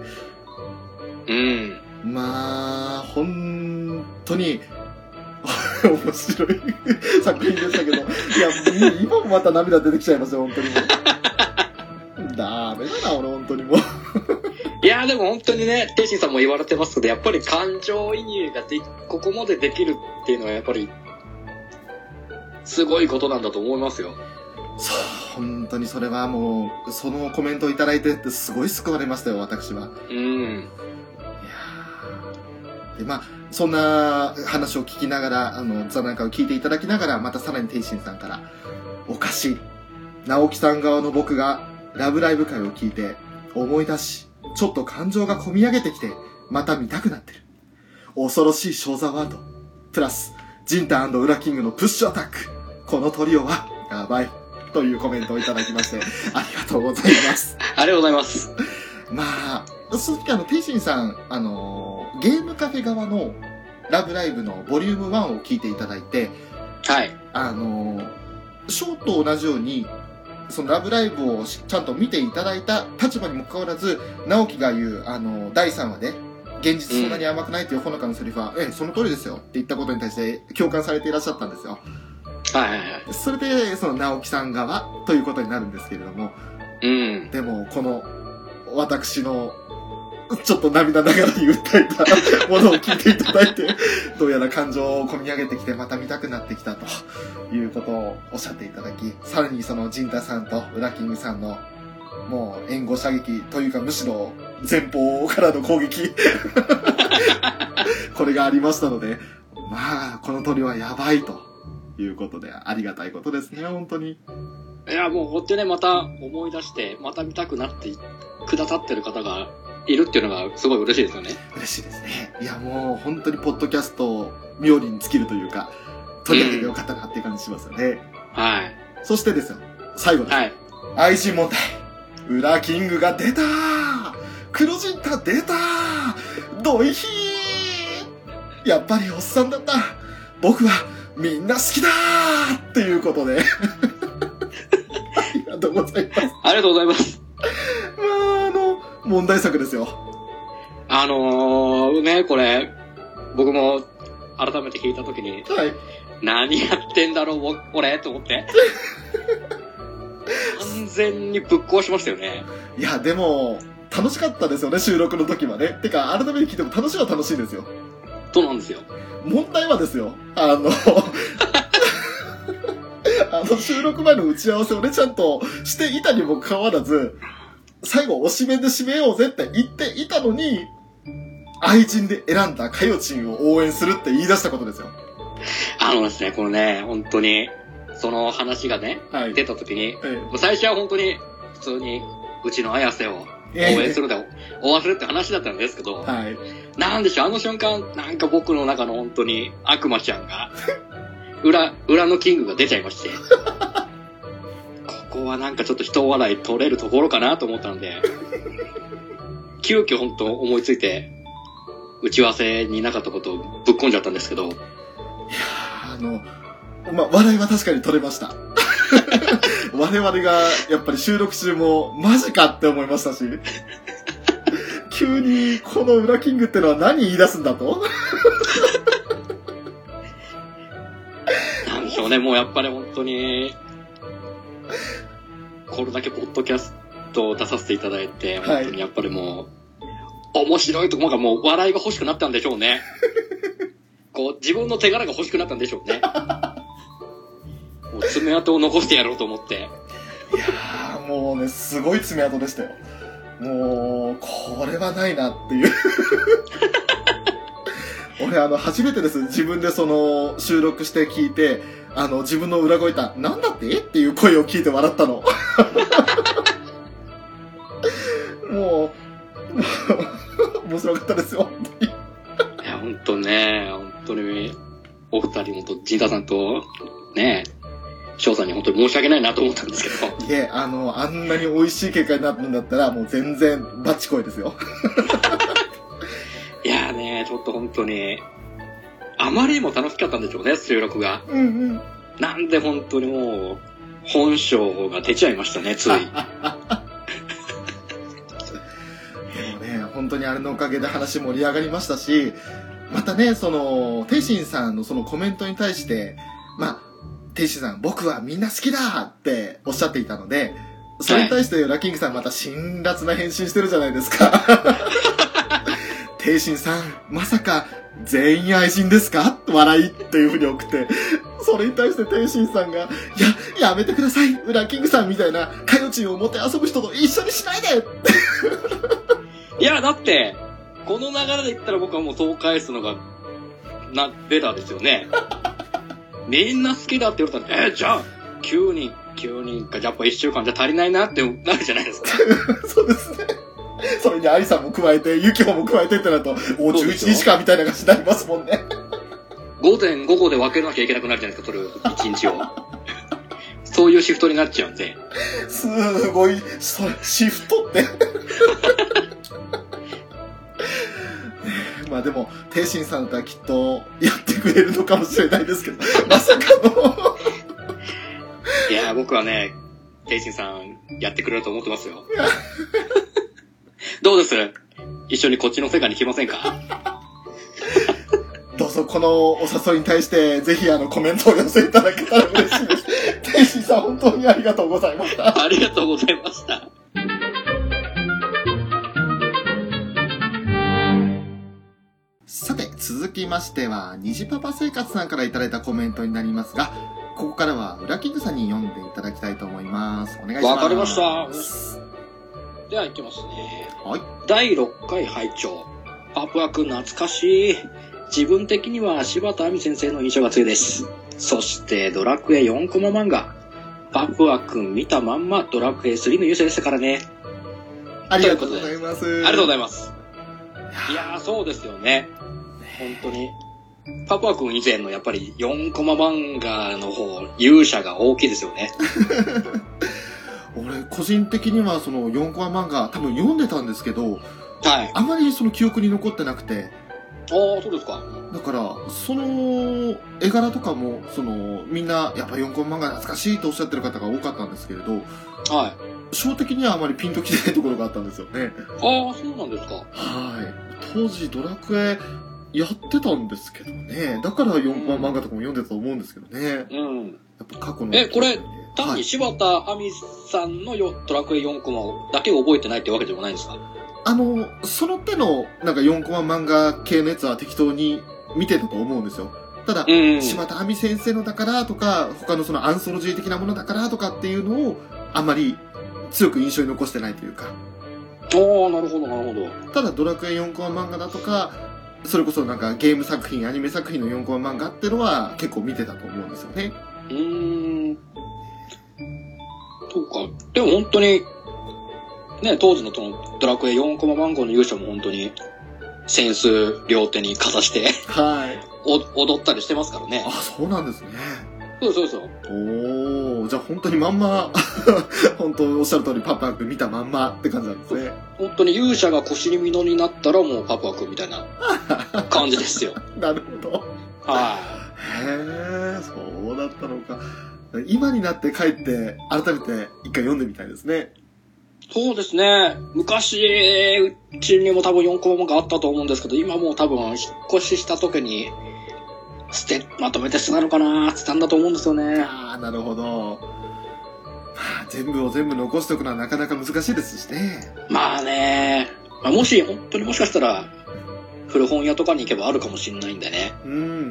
まあ、本当に、面白い作品でしたけど、いや、今もまた涙出てきちゃいますよ、本当にもう。ダメだな、俺、本当にもう。 いや、でも本当にね、天心さんも言われてますけど、やっぱり感情移入がここまでできるっていうのはやっぱり、 すごいことなんだと思いますよ。 そう、本当にそれはもう、そのコメントをいただいてってすごい救われましたよ、私は。 うん。 いやーで、まあ、そんな話を聞きながら、座談会を聞いていただきながら、またさらに天心さんから、おかしい。直樹さん側の僕が、ラブライブ会を聞いて、思い出し、ちょっと感情が込み上げてきて、また見たくなってる。恐ろしいショーザワールド。プラス、ジンタ&ウラキングのプッシュアタック。このトリオは、やばい。というコメントをいただきまして、ありがとうございます。 ありがとうございます。 まあ、その時天心さん、ゲームカフェ側のラブライブのボリューム1を聞いていただいて、 はい。 ショーと同じように、そのラブライブをちゃんと見ていただいた立場にもかかわらず、直樹が言う、第3話で、現実そんなに甘くないというほのかのセリフは、その通りですよって言ったことに対して共感されていらっしゃったんですよ。 はいはいはい。 それで、その直樹さん側ということになるんですけれども、 うん。 でも、この、私の、ちょっと涙ながらに訴えたものを聞いていただいて、どうやら感情を込み上げてきて、また見たくなってきたということをおっしゃっていただき、さらにそのジンタさんとウラキングさんの、もう援護射撃というかむしろ前方からの攻撃これがありましたので、まあ、この鳥はやばいということで、ありがたいことですね、本当に。 いや、もうほんとね、また思い出して、また見たくなってくださってる方がいるっていうのがすごい嬉しいですよね。 嬉しいですね。いや、もう本当にポッドキャスト妙利に尽きるというか、取り上げてよかったなっていう感じしますよね。 はい。 そしてですよ、最後です。 はい。 愛人問題。ウラキングが出たー、黒ジンタ出たー、ドイヒー、やっぱりおっさんだった、僕はみんな好きだーっていうことでありがとうございます。 ありがとうございます。 まあ、問題作ですよ。 ね、これ、僕も改めて聞いたときに、 はい。 何やってんだろう、これと思って。完全にぶっ壊しましたよね。 いや、でも、楽しかったですよね、収録の時はね。てか、改めて聞いても楽しいは楽しいですよ。 そうなんですよ。 問題はですよ、収録前の打ち合わせをね、ちゃんとしていたにもかかわらず、最後、おしめで締めようぜって言っていたのに、愛人で選んだカヨチンを応援するって言い出したことですよ。 ですね、このね、本当に、その話がね、 はい、 出た時に、最初は本当に、普通に、うちの綾瀬を応援するで終わるって話だったんですけど、 はい、 なんでしょう、あの瞬間、なんか僕の中の本当に悪魔ちゃんが、裏のキングが出ちゃいまして、ここはなんかちょっと人笑い取れるところかなと思ったんで、急遽本当思いついて、打ち合わせになかったことをぶっ込んじゃったんですけど、いや笑いは確かに取れました。我々がやっぱり収録中もマジかって思いましたし、急にこのウラキングってのは何言い出すんだとなんでしょうね、もうやっぱり本当に、これだけポッドキャストを出させていただいて、本当にやっぱりもう、面白いところがもう笑いが欲しくなったんでしょうね。こう、自分の手柄が欲しくなったんでしょうね。もう爪痕を残してやろうと思って。いやー、もうね、すごい爪痕でしたよ。もう、これはないなっていう。俺、初めてです。自分でその、収録して聞いて、自分の裏声た、なんだってっていう声を聞いて笑ったの。もう、面白かったですよ、本当に。 いや、本当ね、本当に、お二人もと、ジンタさんと、ね、翔さんに本当に申し訳ないなと思ったんですけど。 いえ、あんなに美味しい結果になったんだったら、もう全然バッチコイですよ。 いやーね、ちょっと本当に、あまりにも楽しかったんでしょうね、収録が。 うんうん。 なんで本当にもう、本性が出ちゃいましたね、つい。でもね、本当にあれのおかげで話盛り上がりましたし、またね、その、天心さんのそのコメントに対して、まあ、天心さん、僕はみんな好きだっておっしゃっていたので、それに対してラキングさんまた辛辣な返信してるじゃないですか。天心さん、まさか全員愛人ですか笑いっていう風に送って、 それに対して天心さんが、やめてください。ウラキングさんみたいな、かよちんを持って遊ぶ人と一緒にしないでいや、だって、この流れで言ったら僕はもうそう返すのが、ベターですよね。みんな好きだって言われたら、じゃあ、9人か、やっぱ1週間じゃ足りないなってなるじゃないですか。 そうですね。それにアリさんも加えて、ユキホも加えてってなると、11日かみたいな感じになりますもんね。 午前午後で分けなきゃいけなくなるじゃないですか、それを、1日を。そういうシフトになっちゃうんで。 すごい、それ、シフトって。まあでも、天心さんだったらきっとやってくれるのかもしれないですけど、まさかの。 いや、僕はね、天心さんやってくれると思ってますよ。どうです？一緒にこっちの世界に来ませんか？ どうぞこのお誘いに対してぜひコメントを寄せいただけたら嬉しいです。天心さん本当にありがとうございました。 ありがとうございました。 さて、続きましては、虹パパ生活さんからいただいたコメントになりますが、ここからはウラキングさんに読んでいただきたいと思います。お願いします。 わかりました。では行きますね。 はい。 第6回拝聴。パプア君懐かしい。自分的には柴田亜美先生の印象が強いです。そしてドラクエ4コマ漫画。パプア君見たまんまドラクエ3の優勝でしたからね。 ありがとうございます。 ありがとうございます。いやー、そうですよね。本当に。パプア君以前のやっぱり4コマ漫画の方、勇者が大きいですよね。 俺、個人的にはその4コマ漫画多分読んでたんですけど、 はい。 あまりその記憶に残ってなくて、 ああ、そうですか。 だから、その絵柄とかも、みんな、やっぱ4コマ漫画懐かしいとおっしゃってる方が多かったんですけれど、 はい。 小的にはあまりピンときてないところがあったんですよね。 ああ、そうなんですか。 はい。当時ドラクエやってたんですけどね。だから4コマ漫画とかも読んでたと思うんですけどね。 うん。 やっぱ過去の。 これ、単に柴田亜美さんのドラクエ4コマだけを覚えてないってわけでもないんですか？ その手の、なんか4コマ漫画系のやつは適当に見てたと思うんですよ。ただ、柴田亜美先生のだからとか、他のそのアンソロジー的なものだからとかっていうのを、あまり強く印象に残してないというか。 ああ、なるほど、なるほど。 ただ、ドラクエ4コマ漫画だとか、それこそなんかゲーム作品、アニメ作品の4コマ漫画っていうのは結構見てたと思うんですよね。 そうか。でも本当に、ね、当時のそのドラクエ4コマ漫画の勇者も本当に、扇子両手にかざして、 はい。 踊ったりしてますからね。 あ、そうなんですね。 そう。 おー、じゃあ本当にまんま、本当おっしゃる通りパプア君見たまんまって感じなんですね。 本当に勇者が腰に実になったらもうパプア君みたいな感じですよ。 なるほど。 はい。 へー、そうだったのか。今になって帰って改めて一回読んでみたいですね。 そうですね。昔、うちにも多分4コマがあったと思うんですけど、今もう多分引っ越しした時に、まとめて捨てたのかなーってたんだと思うんですよね。 あー、なるほど。まあ、全部を全部残しておくのはなかなか難しいですしね。 まあね、もし、本当にもしかしたら、古本屋とかに行けばあるかもしれないんでね。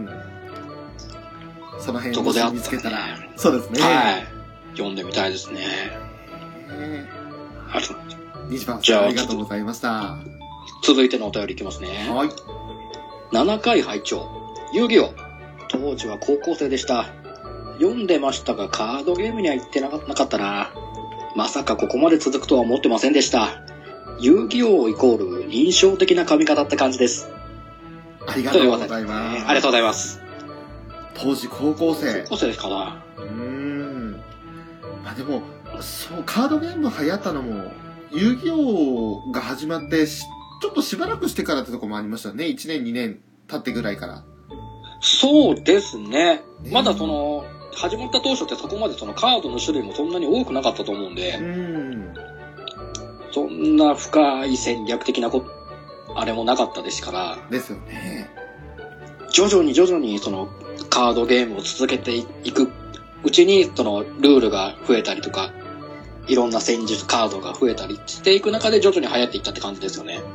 その辺を見つけたら、そうですね。 はい。読んでみたいですね。 西番さん、ありがとうございました。 続いてのお便りいきますね。 はい。 7回拝聴。遊戯王。当時は高校生でした。読んでましたが、カードゲームには行ってなかったな。まさかここまで続くとは思ってませんでした。遊戯王イコール印象的な髪型って感じです。 ありがとうございます。 ありがとうございます。 当時高校生。 高校生ですかな。 まあでも、そう、カードゲーム流行ったのも、遊戯王が始まって、ちょっとしばらくしてからってとこもありましたね。1年2年経ってぐらいから。 そうですね。まだ始まった当初ってそこまでそのカードの種類もそんなに多くなかったと思うんで、そんな深い戦略的なあれもなかったですから。 ですよね。 徐々にそのカードゲームを続けていくうちに、そのルールが増えたりとか、いろんな戦術カードが増えたりしていく中で徐々に流行っていったって感じですよね。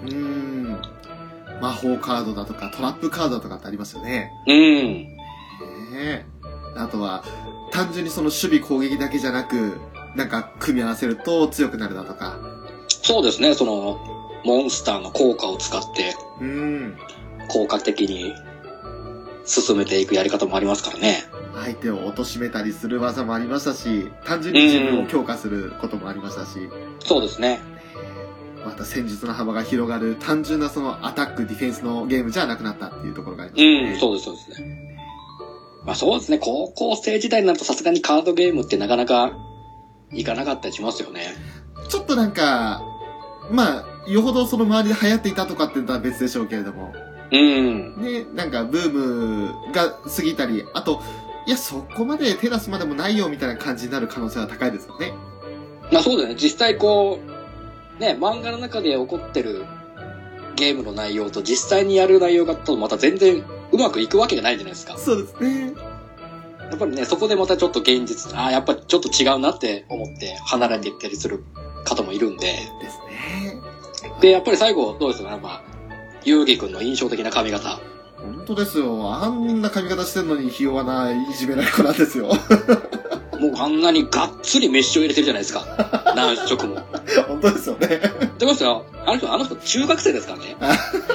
魔法カードだとかトラップカードとかってありますよね。 あとは、単純にその守備攻撃だけじゃなく、なんか組み合わせると強くなるだとか。 そうですね、その、モンスターの効果を使って、効果的に進めていくやり方もありますからね。 相手を貶めたりする技もありましたし、単純に自分を強化することもありましたし。 そうですね。 また戦術の幅が広がる、単純なそのアタック、ディフェンスのゲームじゃなくなったっていうところがありますね。 そうですね。まあそうですね、高校生時代になるとさすがにカードゲームってなかなかいかなかったりしますよね。 ちょっとなんか、まあ、よほどその周りで流行っていたとかっていうのは別でしょうけれども。ね、なんかブームが過ぎたり、あと、いや、そこまで手出すまでもないよみたいな感じになる可能性は高いですよね。 まあそうだよね、実際こう、ね、漫画の中で起こってるゲームの内容と実際にやる内容がとまた全然うまくいくわけがないじゃないですか。 そうですね。 やっぱりね、そこでまたちょっと現実、やっぱりちょっと違うなって思って離れていったりする方もいるんで。 ですね。 で、やっぱり最後、どうですかね、まあ、ゆうぎくんの印象的な髪型。 本当ですよ。あんな髪型してんのにひ弱ないじめられっ子なんですよ。 もうあんなにがっつり飯を入れてるじゃないですか。何色も。 本当ですよね。 でもよ、あの人中学生ですからね。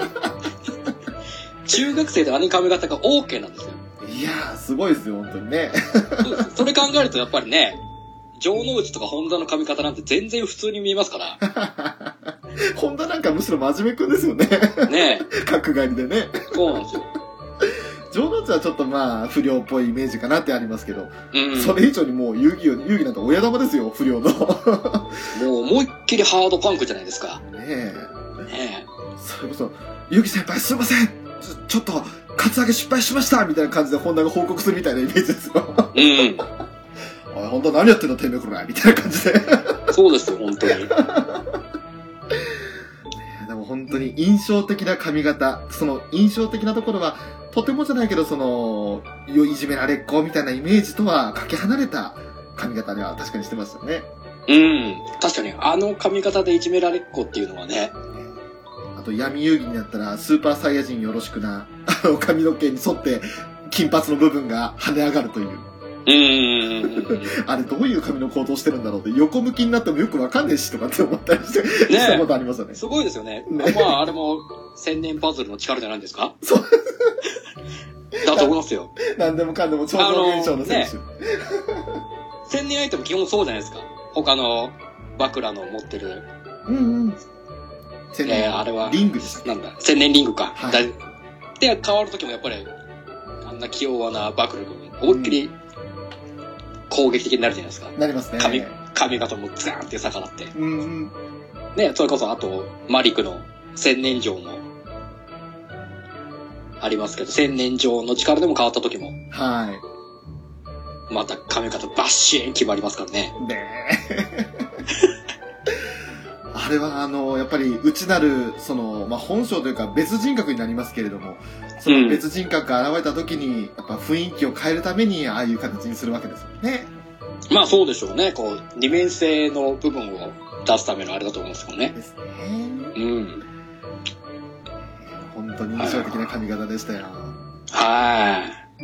中学生であの髪型が OK なんですよ。 いやー、すごいですよ、本当にね。 それ考えるとやっぱりね、城之内とか本田の髪型なんて全然普通に見えますから。 本田なんかむしろ真面目くんですよね。 ねえ。角刈りでね。 そうなんですよ。 城之内はちょっとまあ、不良っぽいイメージかなってありますけど、それ以上にもう遊戯なんて親玉ですよ、不良の。もう思いっきりハードパンクじゃないですか。 ねえ。それこそ、遊戯先輩すいませんちょっと、カツアゲ失敗しましたみたいな感じで本田が報告するみたいなイメージですよ。おい、本当何やってんのてめえこれみたいな感じで。 そうですよ、本当に。 でも本当に印象的な髪型、その印象的なところは、とてもじゃないけど、その、いじめられっ子みたいなイメージとはかけ離れた髪型では確かにしてましたね。 確かにあの髪型でいじめられっ子っていうのはね。 あと闇遊戯になったら、スーパーサイヤ人よろしくな、髪の毛に沿って金髪の部分が跳ね上がるという。あれどういう髪の構造してるんだろうって、横向きになってもよくわかんねえしとかって思ったりして、したことありますよね。 すごいですよね。まあ、あれも千年パズルの力じゃないんですか？ そう。 だと思いますよ。 何でもかんでも超常現象の選手。 千年アイテム基本そうじゃないですか。他のバクラの持ってる。あれは。 リングです。 なんだ、千年リングか。で、変わるときもやっぱり、あんな器用なバクラ君、思いっきり攻撃的になるじゃないですか。 なりますね。 髪型もザーンって逆らって。ね、それこそあと、マリクの千年城も、ありますけど、千年城の力でも変わった時も。また髪型バッシーン決まりますからね。 あれはやっぱり内なる、その、まあ、本性というか別人格になりますけれども、その別人格が現れた時に、やっぱ雰囲気を変えるために、ああいう形にするわけですよね。 まあそうでしょうね。こう、二面性の部分を出すためのあれだと思うんですけどね。 ですね。本当に印象的な髪型でしたよ。 あ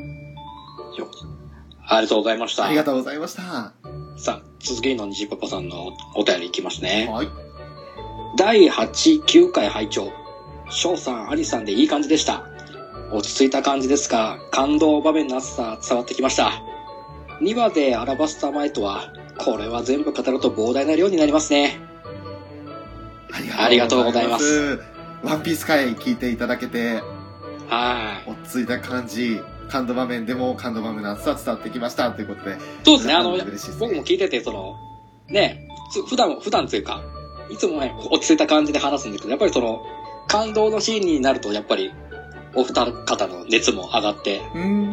りがとうございました。 ありがとうございました。 さあ、続きの虹パパさんのお便りいきますね。 はい。 第9回拝聴。翔さん、アリさんでいい感じでした。落ち着いた感じですが、感動場面の熱さ伝わってきました。2話でアラバスタ前とは、これは全部語ると膨大な量になりますね。ありがとうございます。 ワンピース回聞いていただけて、 落ち着いた感じ、感動場面でも感動場面の熱さ伝わってきましたということで。 そうですね、僕も聞いてて、ね、普段というか、いつもね、落ち着いた感じで話すんですけど、やっぱり感動のシーンになると、やっぱり、お二方の熱も上がって、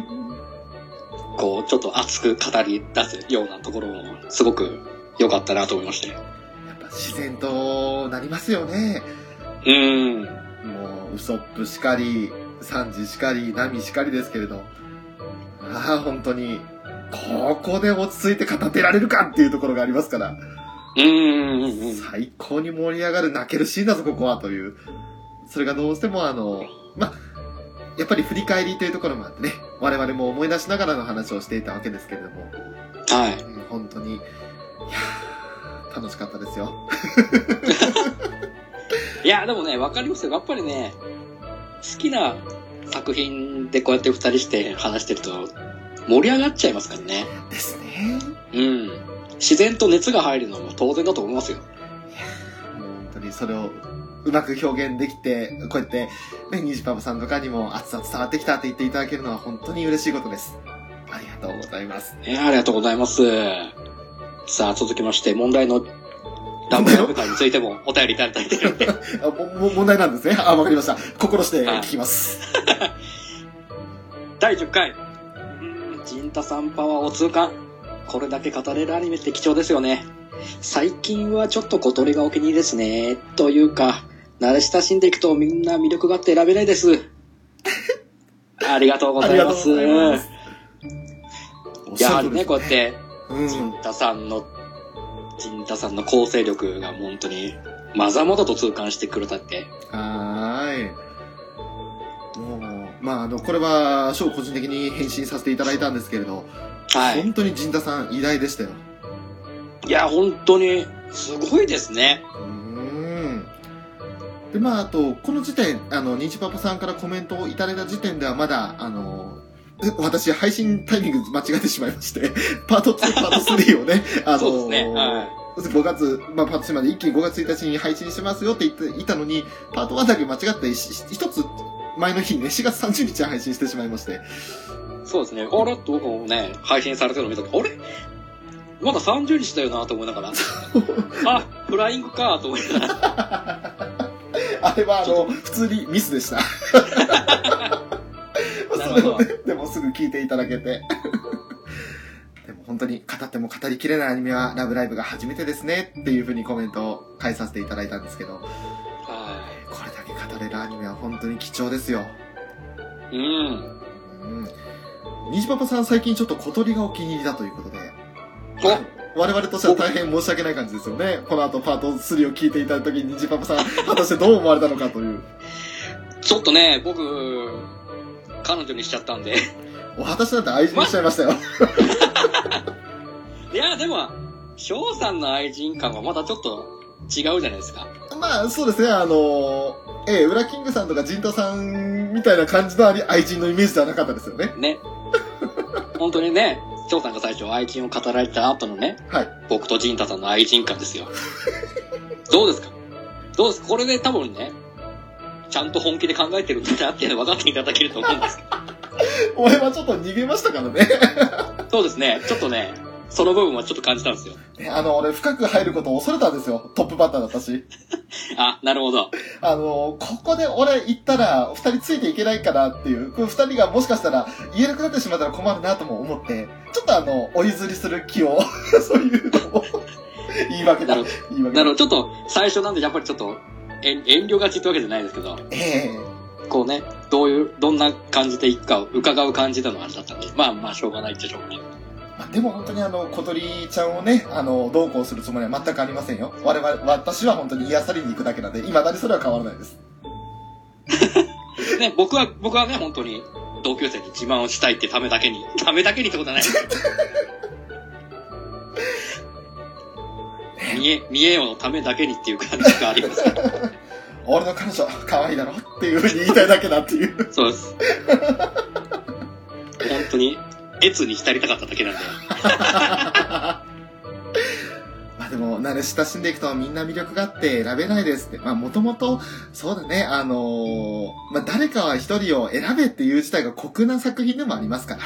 こう、ちょっと熱く語り出すようなところも、すごく良かったなと思いましたね。 やっぱ自然となりますよね。もう、ウソップしかり、サンジしかり、ナミしかりですけれど、本当に、ここで落ち着いて語ってられるかっていうところがありますから、最高に盛り上がる泣けるシーンだぞ、ここは、という。それがどうしてもやっぱり振り返りというところもあってね、我々も思い出しながらの話をしていたわけですけれども、 はい。 本当に、いやー楽しかったですよ。 いや、でもね、わかりますよ。やっぱりね、好きな作品でこうやって二人して話してると、盛り上がっちゃいますからね。 ですね。 うん。自然と熱が入るのも当然だと思いますよ。 もう本当にそれをうまく表現できて、こうやって、ね、ニジパパさんとかにも熱々伝わってきたって言っていただけるのは本当に嬉しいことです。ありがとうございます。 ありがとうございます。さあ、続きまして、問題のラブラブ会についてもお便りいただいてるんで。 問題なんですね。わかりました。心して聞きます。 第10回。ジンタさんパワーを痛感。これだけ語れるアニメって貴重ですよね。最近はちょっと小鳥がお気に入りですね。というか、慣れ親しんでいくとみんな魅力があって選べないです。ありがとうございます。やはりね、こうやって、ジンタさんの構成力が本当に、まざまざと痛感してくれたって。 もう、これは、個人的に返信させていただいたんですけれど、はい。本当にジンタさん偉大でしたよ。 いや、本当に、すごいですね。 で、あと、この時点、ニジパパさんからコメントをいただいた時点ではまだ、私、配信タイミング間違えてしまいまして、パート2、パート3をね、 そうですね、はい。 5月、パート3まで一気に5月1日に配信しますよって言っていたのに、パート1だけ間違って、一つ前の日にね、4月30日に配信してしまいまして。 そうですね、あれって僕もね、配信されてるの見たとき、あれまだ30日だよなと思いながら、あ、フライングかと思いながら。 あれは普通にミスでした。それをね、でもすぐ聞いていただけて。でも本当に語っても語りきれないアニメはラブライブが初めてですねっていう風にコメントを返させていただいたんですけど、これだけ語れるアニメは本当に貴重ですよ。ニジパパさん最近ちょっと小鳥がお気に入りだということで、我々としては大変申し訳ない感じですよね。この後パート3を聞いていただいた時にニジパパさん果たしてどう思われたのかという。 ちょっとね、僕彼女にしちゃったんで。 私なんて愛人にしちゃいましたよ。 いや、でも、翔さんの愛人感はまたちょっと違うじゃないですか。 そうですね、ウラキングさんとかジンタさんみたいな感じの愛人のイメージではなかったですよね。 ね。本当にね、翔さんが最初愛人を語られた後のね、はい、僕とジンタさんの愛人感ですよ。どうですかこれで多分ね、ちゃんと本気で考えてるんだなっていうの分かっていただけると思うんですけど。 俺はちょっと逃げましたからね。 そうですね。ちょっとね、その部分はちょっと感じたんですよ。 俺深く入ることを恐れたんですよ。トップバッターだったし。 あ、なるほど。 ここで俺行ったら二人ついていけないかなっていう、この二人がもしかしたら言えなくなってしまったら困るなとも思って、ちょっとお譲りする気を、そういうのを言い訳だ。 なるほど。ちょっと最初なんでやっぱりちょっと、遠慮がちってわけじゃないですけど、こうね、どんな感じでいくかを伺う感じでのあれだったんで、しょうがないっちゃしょうがない。 でも本当に小鳥ちゃんをね、どうこうするつもりは全くありませんよ。私は本当に癒されに行くだけなんで、未だにそれは変わらないです。 ね、僕はね、本当に同級生に自慢をしたいってためだけにってことはない。見えよのためだけにっていう感じがありますけど。 俺の彼女、可愛いだろっていう風に言いたいだけだっていう。 そうです。本当に、越に浸りたかっただけなんで。 でも、慣れ親しんでいくとみんな魅力があって選べないですって。もともと、そうだね、誰かは一人を選べっていう自体が酷な作品でもありますから。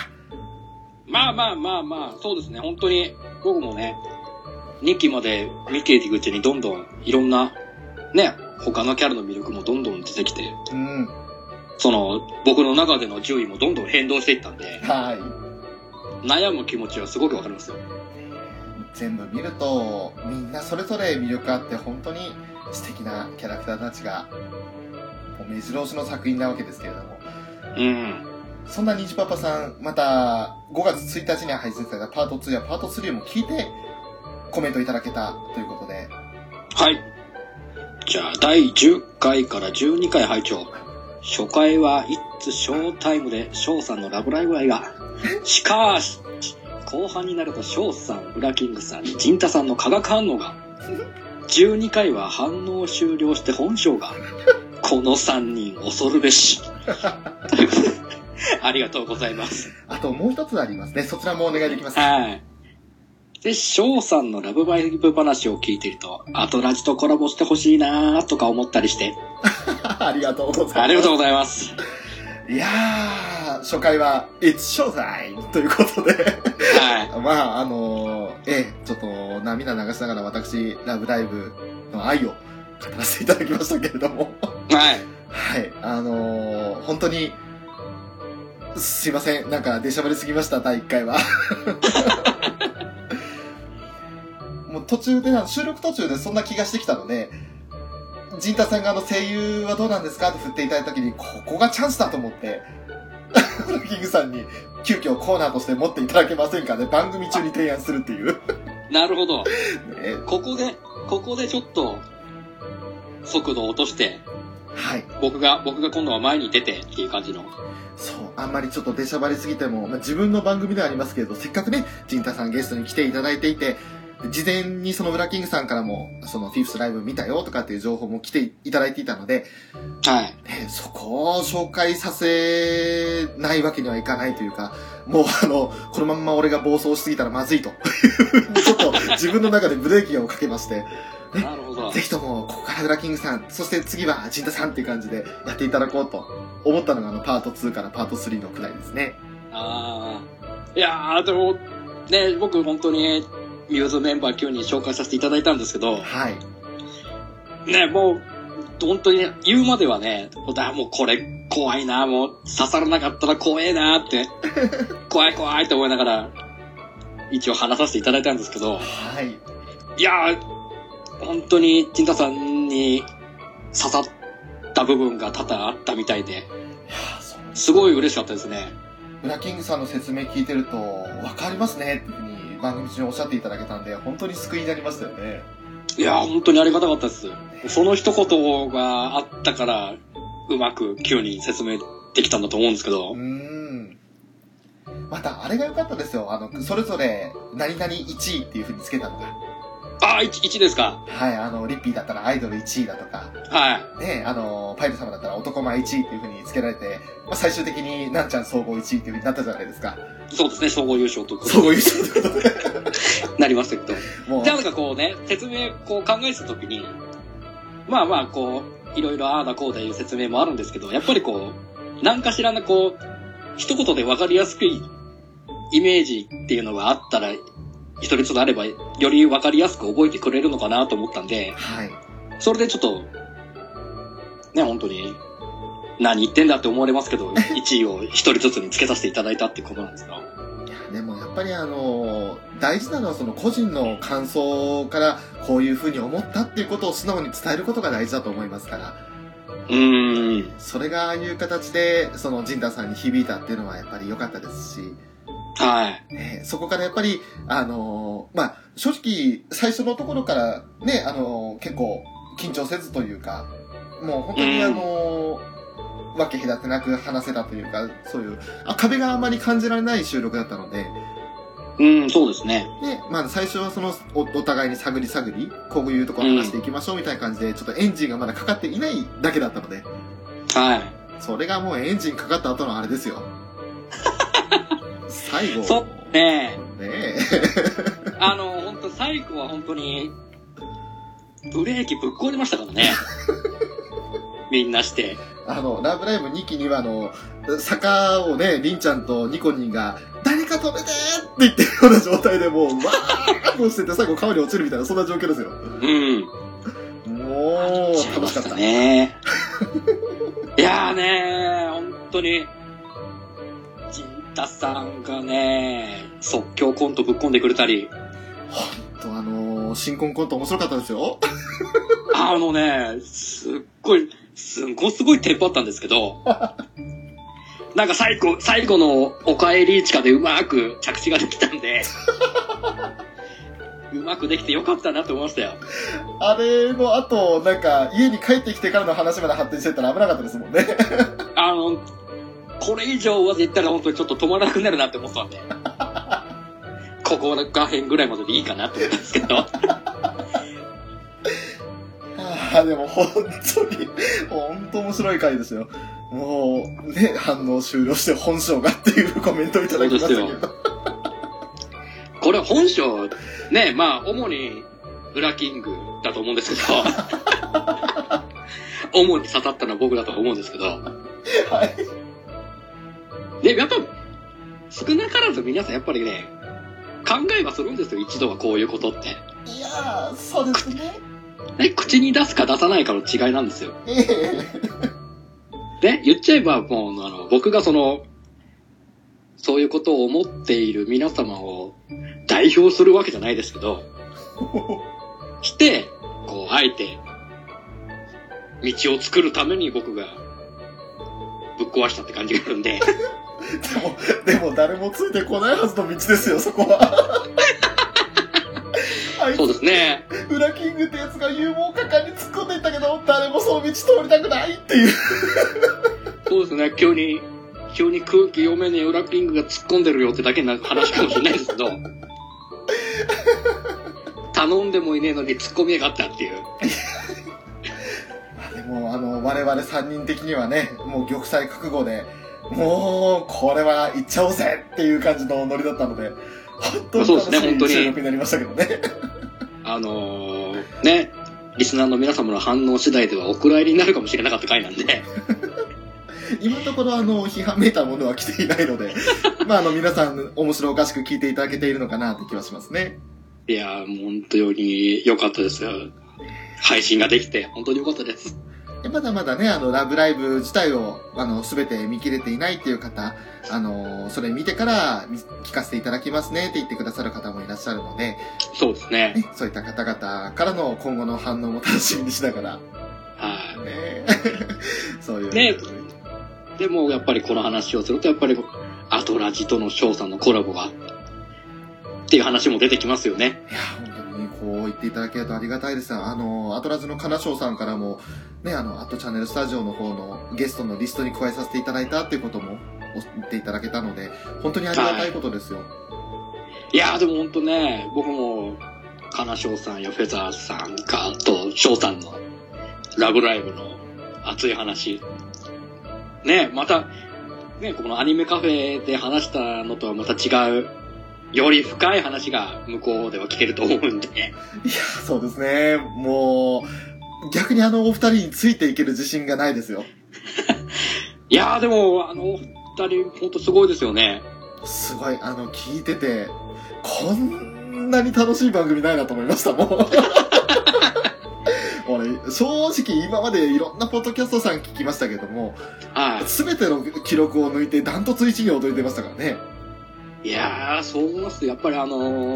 そうですね、本当に、僕もね、2期まで見ていくうちにどんどんいろんな、ね、他のキャラの魅力もどんどん出てきて、僕の中での順位もどんどん変動していったんで、悩む気持ちはすごくわかりますよ。 全部見ると、みんなそれぞれ魅力あって、本当に素敵なキャラクターたちが、目白押しの作品なわけですけれども。そんなニジパパさん、また5月1日に配信されたパート2やパート3も聞いて、コメントいただけたということで。 はい。じゃあ、第10回から12回拝聴。 初回は It's Showtime で翔さんのラブライブ愛が。しかし、後半になると翔さん、ウラキングさん、ジンタさんの化学反応が。12回は反応終了して本性が。この3人恐るべし。ということで、ありがとうございます。 あともう一つありますね。そちらもお願いできますか？ はい。で、翔さんのラブバイブ話を聞いていると、アトラジとコラボしてほしいなーとか思ったりして。 ありがとうございます。 ありがとうございます。 いやー、初回は It's Showtime ということで、はい。まあ、ちょっと涙流しながら私、ラブライブの愛を語らせていただきましたけれども。 はい。 はい。本当に、すいません。なんか出しゃばりすぎました、第1回は。もう途中で、収録途中でそんな気がしてきたので、ジンタさんが声優はどうなんですかって振っていただいたときに、ここがチャンスだと思って、キングさんに急遽コーナーとして持っていただけませんかね、番組中に提案するっていう。 なるほど。ね、ここでちょっと、速度を落として、はい。僕が今度は前に出てっていう感じの。 そう、あんまりちょっと出しゃばりすぎても、自分の番組ではありますけれど、せっかくね、ジンタさんゲストに来ていただいていて、事前にそのウラキングさんからも、そのフィフスライブ見たよとかっていう情報も来ていただいていたので、はい。そこを紹介させないわけにはいかないというか、もうこのまんま俺が暴走しすぎたらまずいと。ちょっと自分の中でブレーキをかけまして、 なるほど。 ぜひとも、ここからウラキングさん、そして次はジンタさんっていう感じでやっていただこうと思ったのがパート2からパート3のくらいですね。 ああ。いやー、でも、ね、僕本当に、ミューズメンバー9人紹介させていただいたんですけど、はい。ね、もう、本当に言うまではね、もうこれ怖いな、もう刺さらなかったら怖えなって、怖い怖いって思いながら、一応話させていただいたんですけど、はい。いやー、本当に、ジンタさんに刺さった部分が多々あったみたいで、すごい嬉しかったですね。 ウラキングさんの説明聞いてると、わかりますねっていうふうに番組中におっしゃっていただけたんで、本当に救いになりましたよね。 いやー、本当にありがたかったです。その一言があったから、うまく9人説明できたんだと思うんですけど。 また、あれが良かったですよ。それぞれ、何々1位っていう風につけたのが。 ああ、1ですか。 はい、リッピーだったらアイドル1位だとか。はい。ね、パイル様だったら男前1位っていう風につけられて、最終的になんちゃん総合1位っていう風になったじゃないですか。 そうですね、総合優勝と。 総合優勝ということで。 なりましたけど。じゃあなんかこうね、説明考えてた時に、まあいろいろああだこうだいう説明もあるんですけど、やっぱり何かしらの一言で分かりやすくイメージっていうのがあったら、一人ずつあれば、より分かりやすく覚えてくれるのかなと思ったんで、はい。それでちょっと、ね、本当に、何言ってんだって思われますけど、1位を一人ずつにつけさせていただいたってことなんですか。 いや、でもやっぱり大事なのはその個人の感想から、こういう風に思ったっていうことを素直に伝えることが大事だと思いますから。それがああいう形で、そのジンタさんに響いたっていうのはやっぱり良かったですし、はい。そこからやっぱり、正直、最初のところからね、結構緊張せずというか、もう本当に分け隔てなく話せたというか、そういう、壁があまり感じられない収録だったので、 そうですね。 で、最初はお互いに探り、こういうところ話していきましょうみたいな感じで、ちょっとエンジンがまだかかっていないだけだったので、はい。それがもうエンジンかかった後のあれですよ。最後。 そうね。本当最後は本当に、ブレーキぶっ壊れましたからね。みんなして。 ラブライブ2期には坂をね、りんちゃんとニコニンが、誰か止めてって言ってるような状態でもう、わーっとしてて最後川に落ちるみたいな、そんな状況ですよ。もう、楽しかったね。いやーねー、本当に、ジンタさんがね、即興コントぶっ込んでくれたり。 新婚コント面白かったですよ。 すっごいテンポあったんですけど、なんか最後のおかえり市かでうまく着地ができたんで、 うまくできてよかったなと思いましたよ。 あれの後、なんか、家に帰ってきてからの話まで発展してたら危なかったですもんね。 これ以上は言ったら本当にちょっと止まらなくなるなって思ったんで。ここら辺ぐらいまででいいかなと思ったんですけど。 でも本当面白い回ですよ。もう、ね、反応終了して本性がっていうコメントいただきましたけど。 これ本性、ね、まあ、主に、ウラキングだと思うんですけど、主に刺さったのは僕だと思うんですけど、 はい。 で、やっぱ、少なからず皆さんやっぱりね、考えはするんですよ、一度はこういうことって。 いやー、そうですね。 口に出すか出さないかの違いなんですよ。ね、言っちゃえばもう、僕がそういうことを思っている皆様を代表するわけじゃないですけど、して、こう、あえて、道を作るために僕がぶっ壊したって感じがあるんで。 でも誰もついてこないはずの道ですよ、そこは。 そうですね。 ウラキングってやつが勇猛果敢に突っ込んでいったけど、誰もその道通りたくないっていう。 そうですね、急に空気読めねえウラキングが突っ込んでるよってだけの話かもしれないですけど、頼んでもいねえのに突っ込みやがったっていう。 でも、我々3人的にはね、もう玉砕覚悟で、もう、これは行っちゃおうぜっていう感じのノリだったので、本当に楽しい収録になりましたけどね。 ね、リスナーの皆様の反応次第ではお蔵入りになるかもしれなかった回なんで。 今のところ批判めいたものは来ていないので、まあ皆さん面白おかしく聞いていただけているのかなって気はしますね。 いやー、もう本当に良かったですよ。配信ができて本当に良かったです。 まだまだね、ラブライブ自体を、すべて見切れていないっていう方、それ見てから聞かせていただきますねって言ってくださる方もいらっしゃるので、 そうですね。 そういった方々からの今後の反応も楽しみにしながら、 はい。 ねそういう。 ね、でもやっぱりこの話をすると、やっぱりアトラジとの翔さんのコラボが、っていう話も出てきますよね。 いや、本当にこう言っていただけるとありがたいです。アトラジの金賞さんからも、ね、アットチャンネルスタジオの方のゲストのリストに加えさせていただいたっていうことも言っていただけたので、本当にありがたいことですよ。 いやー、でも本当ね、僕も、金賞さんやフェザーさんか、と翔さんのラブライブの熱い話。ね、また、ね、このアニメカフェで話したのとはまた違う、より深い話が向こうでは聞けると思うんで。いや、 そうですね。もう、逆にお二人についていける自信がないですよ。 いやー、でも、お二人、ほんとすごいですよね。 すごい、聞いてて、こんなに楽しい番組ないなと思いました、もう。俺、正直今までいろんなポッドキャストさん聞きましたけども、すべての記録を抜いてダントツ1に踊り出ましたからね。 いやー、そう思います。やっぱりレ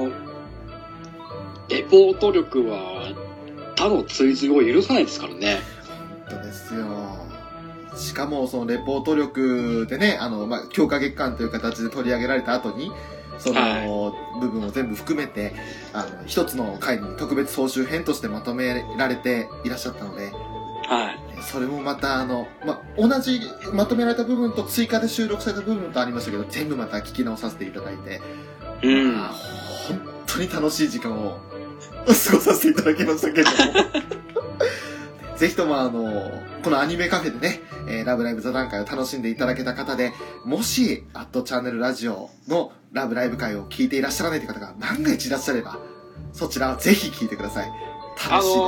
ポート力は他の追随を許さないですからね。 本当ですよ。しかもそのレポート力でね、強化月間という形で取り上げられた後に、その部分を全部含めて、一つの回に特別総集編としてまとめられていらっしゃったので、 はい。 それもまた同じまとめられた部分と追加で収録された部分とありましたけど、全部また聞き直させていただいて、本当に楽しい時間を過ごさせていただきましたけども。ぜひともこのアニメカフェでね、ラブライブ座談会を楽しんでいただけた方で、もし、アットチャンネルラジオのラブライブ会を聞いていらっしゃらないという方が万が一いらっしゃれば、そちらをぜひ聞いてください。楽しいです。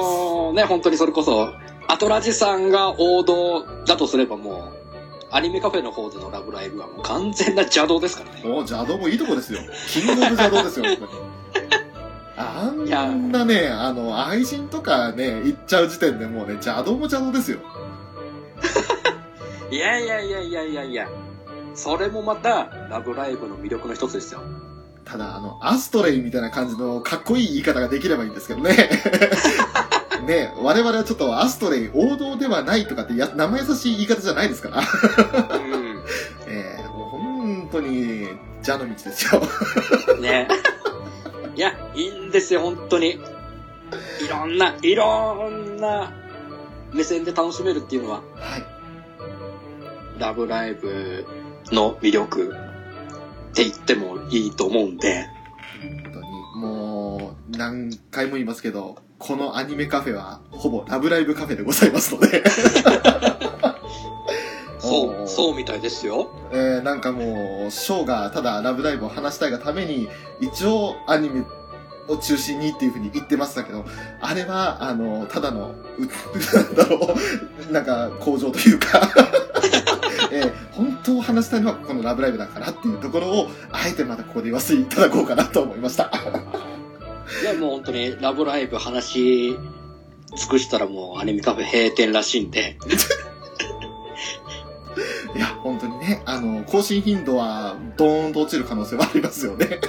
ね、本当にそれこそ、アトラジさんが王道だとすればもう、アニメカフェの方でのラブライブはもう完全な邪道ですからね。 邪道もいいとこですよ。キングオブ邪道ですよ、本当に。あんなね、愛人とかね、言っちゃう時点でもうね、邪道も邪道ですよ。 いや。それもまた、ラブライブの魅力の一つですよ。 ただ、アストレイみたいな感じのかっこいい言い方ができればいいんですけどね。ね、我々はちょっとアストレイ王道ではないとかって生優しい言い方じゃないですから。もう本当に、蛇の道ですよ。 ね。いや、いいんですよ、本当に。いろんな目線で楽しめるっていうのは、 はい。 ラブライブの魅力って言ってもいいと思うんで。 本当に、もう、何回も言いますけど、このアニメカフェは、ほぼラブライブカフェでございますので。 そうみたいですよ。 なんかもう、ショーがただラブライブを話したいがために、一応アニメを中心にっていう風に言ってましたけど、あれは、ただの、なんだろう、なんか、向上というか、本当話したいのはこのラブライブだからっていうところを、あえてまたここで言わせていただこうかなと思いました。 いや、もう本当にラブライブ話し尽くしたらもうアニメカフェ閉店らしいんで。 いや、本当にね、更新頻度はドーンと落ちる可能性はありますよね。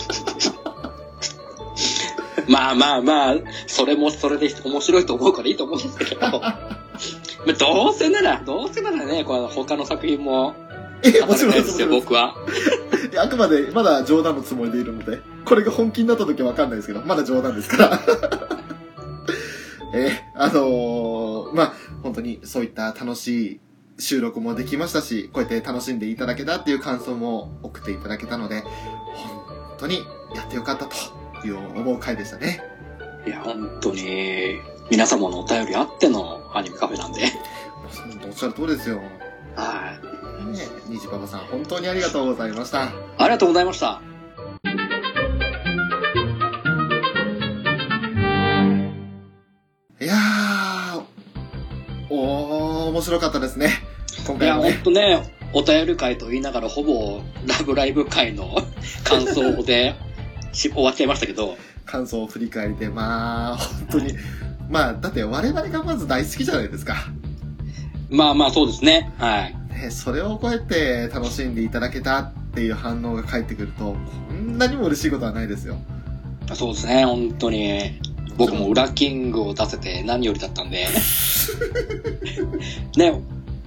まあ、それもそれで面白いと思うからいいと思うんですけど。どうせならね、この他の作品も、 もちろんですよ、 僕は。 あくまで、まだ冗談のつもりでいるので、これが本気になった時はわかんないですけど、まだ冗談ですから。まあ、本当にそういった楽しい収録もできましたし、こうやって楽しんでいただけたっていう感想も送っていただけたので、本当にやってよかったという思う回でしたね。 いや、本当に、皆様のお便りあってのアニメカフェなんで。 おっしゃる通りですよ。 はい。 ね、虹パパさん、本当にありがとうございました。 ありがとうございました。 いやー、面白かったですね。今回もね。 いや、ほんとね、お便り会と言いながらほぼラブライブ会の感想で終わっちゃいましたけど。 感想を振り返りで、まあ、本当に、まあ、だって我々がまず大好きじゃないですか。 まあ、そうですね。はい。 ね、それをこうやって楽しんでいただけたっていう反応が返ってくると、こんなにも嬉しいことはないですよ。 そうですね、本当に。僕も裏キングを出せて何よりだったんで。ね。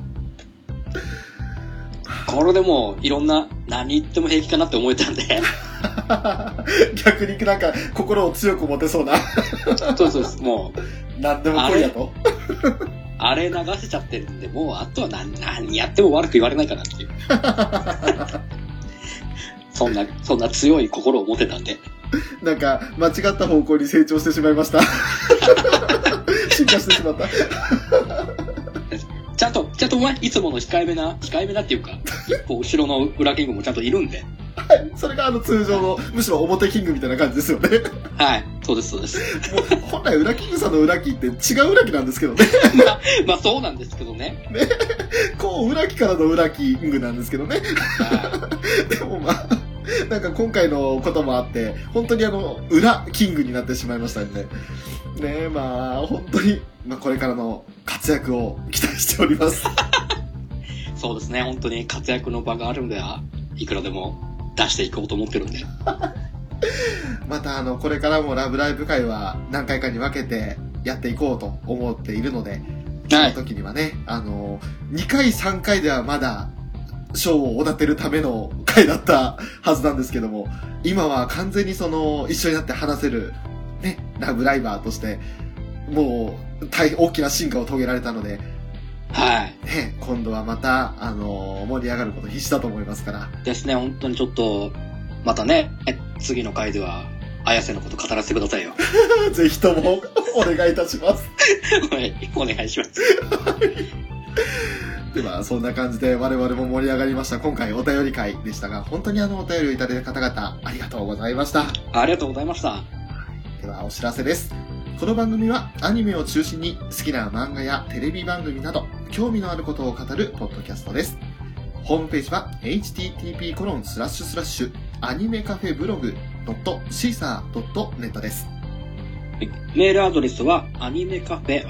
これでもういろんな何言っても平気かなって思えたんで。 逆になんか心を強く持てそうな。 そうです。もう。 何でも来いやと。 あれ流せちゃってるんで、もうあとは何やっても悪く言われないかなっていう。そんな強い心を持てたんで。 なんか、間違った方向に成長してしまいました。進化してしまった。 ちゃんとお前、いつもの控えめなっていうか、一歩後ろの裏キングもちゃんといるんで。 はい。それが通常の、むしろ表キングみたいな感じですよね。 はい。そうです。もう本来裏キングさんの裏キって違う裏キなんですけどね。 まあそうなんですけどね。 ね。こう裏キからの裏キングなんですけどね。 はい。 でもまあ、なんか今回のこともあって、本当に裏キングになってしまいましたんで。ね、まあ、本当に、まあこれからの活躍を期待しております。 そうですね、本当に活躍の場があるんで、いくらでも出していこうと思ってるんで。 またこれからもラブライブ会は何回かに分けてやっていこうと思っているので、その時にはね、2回3回ではまだ、賞をおだてるための回だったはずなんですけども、今は完全に一緒になって話せる、ね、ラブライバーとして、もう、大きな進化を遂げられたので、 はい。 ね、今度はまた、盛り上がること必死だと思いますから。 ですね、本当にちょっと、またね、次の回では、綾瀬のこと語らせてくださいよ。 ぜひとも、お願いいたします。 はい、お願いします。 では、そんな感じで我々も盛り上がりました。今回お便り会でしたが、本当にお便りをいただいた方々、ありがとうございました。 ありがとうございました。 では、お知らせです。この番組はアニメを中心に好きな漫画やテレビ番組など興味のあることを語るポッドキャストです。ホームページは http:// アニメカフェブログ .caesar.net です。 メールアドレスはアニメカフェ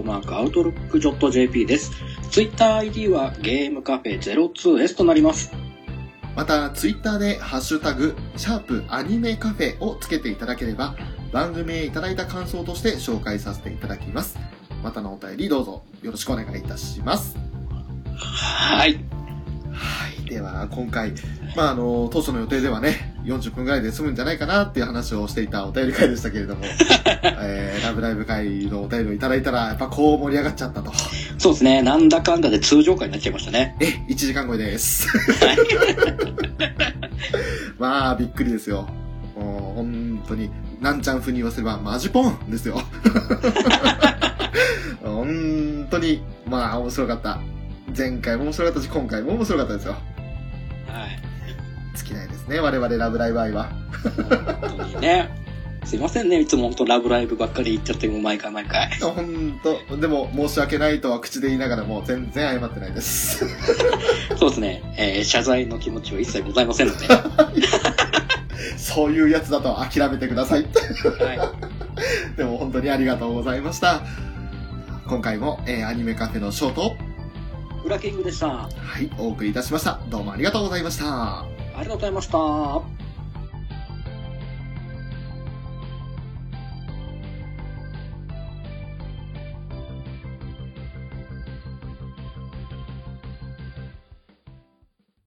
@outlook.jp です。ツイッター ID はゲームカフェ 02S となります。 またツイッターでハッシュタグ#アニメカフェをつけていただければ番組へいただいた感想として紹介させていただきます。またのお便りどうぞよろしくお願いいたします。 はい。 はい。では今回、当初の予定ではね、 40分ぐらいで済むんじゃないかなっていう話をしていたお便り会でしたけれども、ラブライブ会のお便りをいただいたら、やっぱこう盛り上がっちゃったと。 そうですね。なんだかんだで通常回になっちゃいましたね。 1時間超えです。 はい。 まあ、びっくりですよ。もう、本当に、なんちゃん風に言わせれば、マジポンですよ。本当に、まあ、面白かった。前回も面白かったし、今回も面白かったですよ。 はい。 尽きないですね、我々ラブライブ愛は。 本当にね。すいませんね。いつも本当ラブライブばっかり言っちゃって、もう毎回。 本当、でも申し訳ないとは口で言いながらも全然謝ってないです。 そうですね。謝罪の気持ちは一切ございませんので。 そういうやつだと諦めてください。 はでも本当にありがとうございました。今回も、アニメカフェのショート、 ウラキングでした。 はい、お送りいたしました。どうもありがとうございました。 ありがとうございました。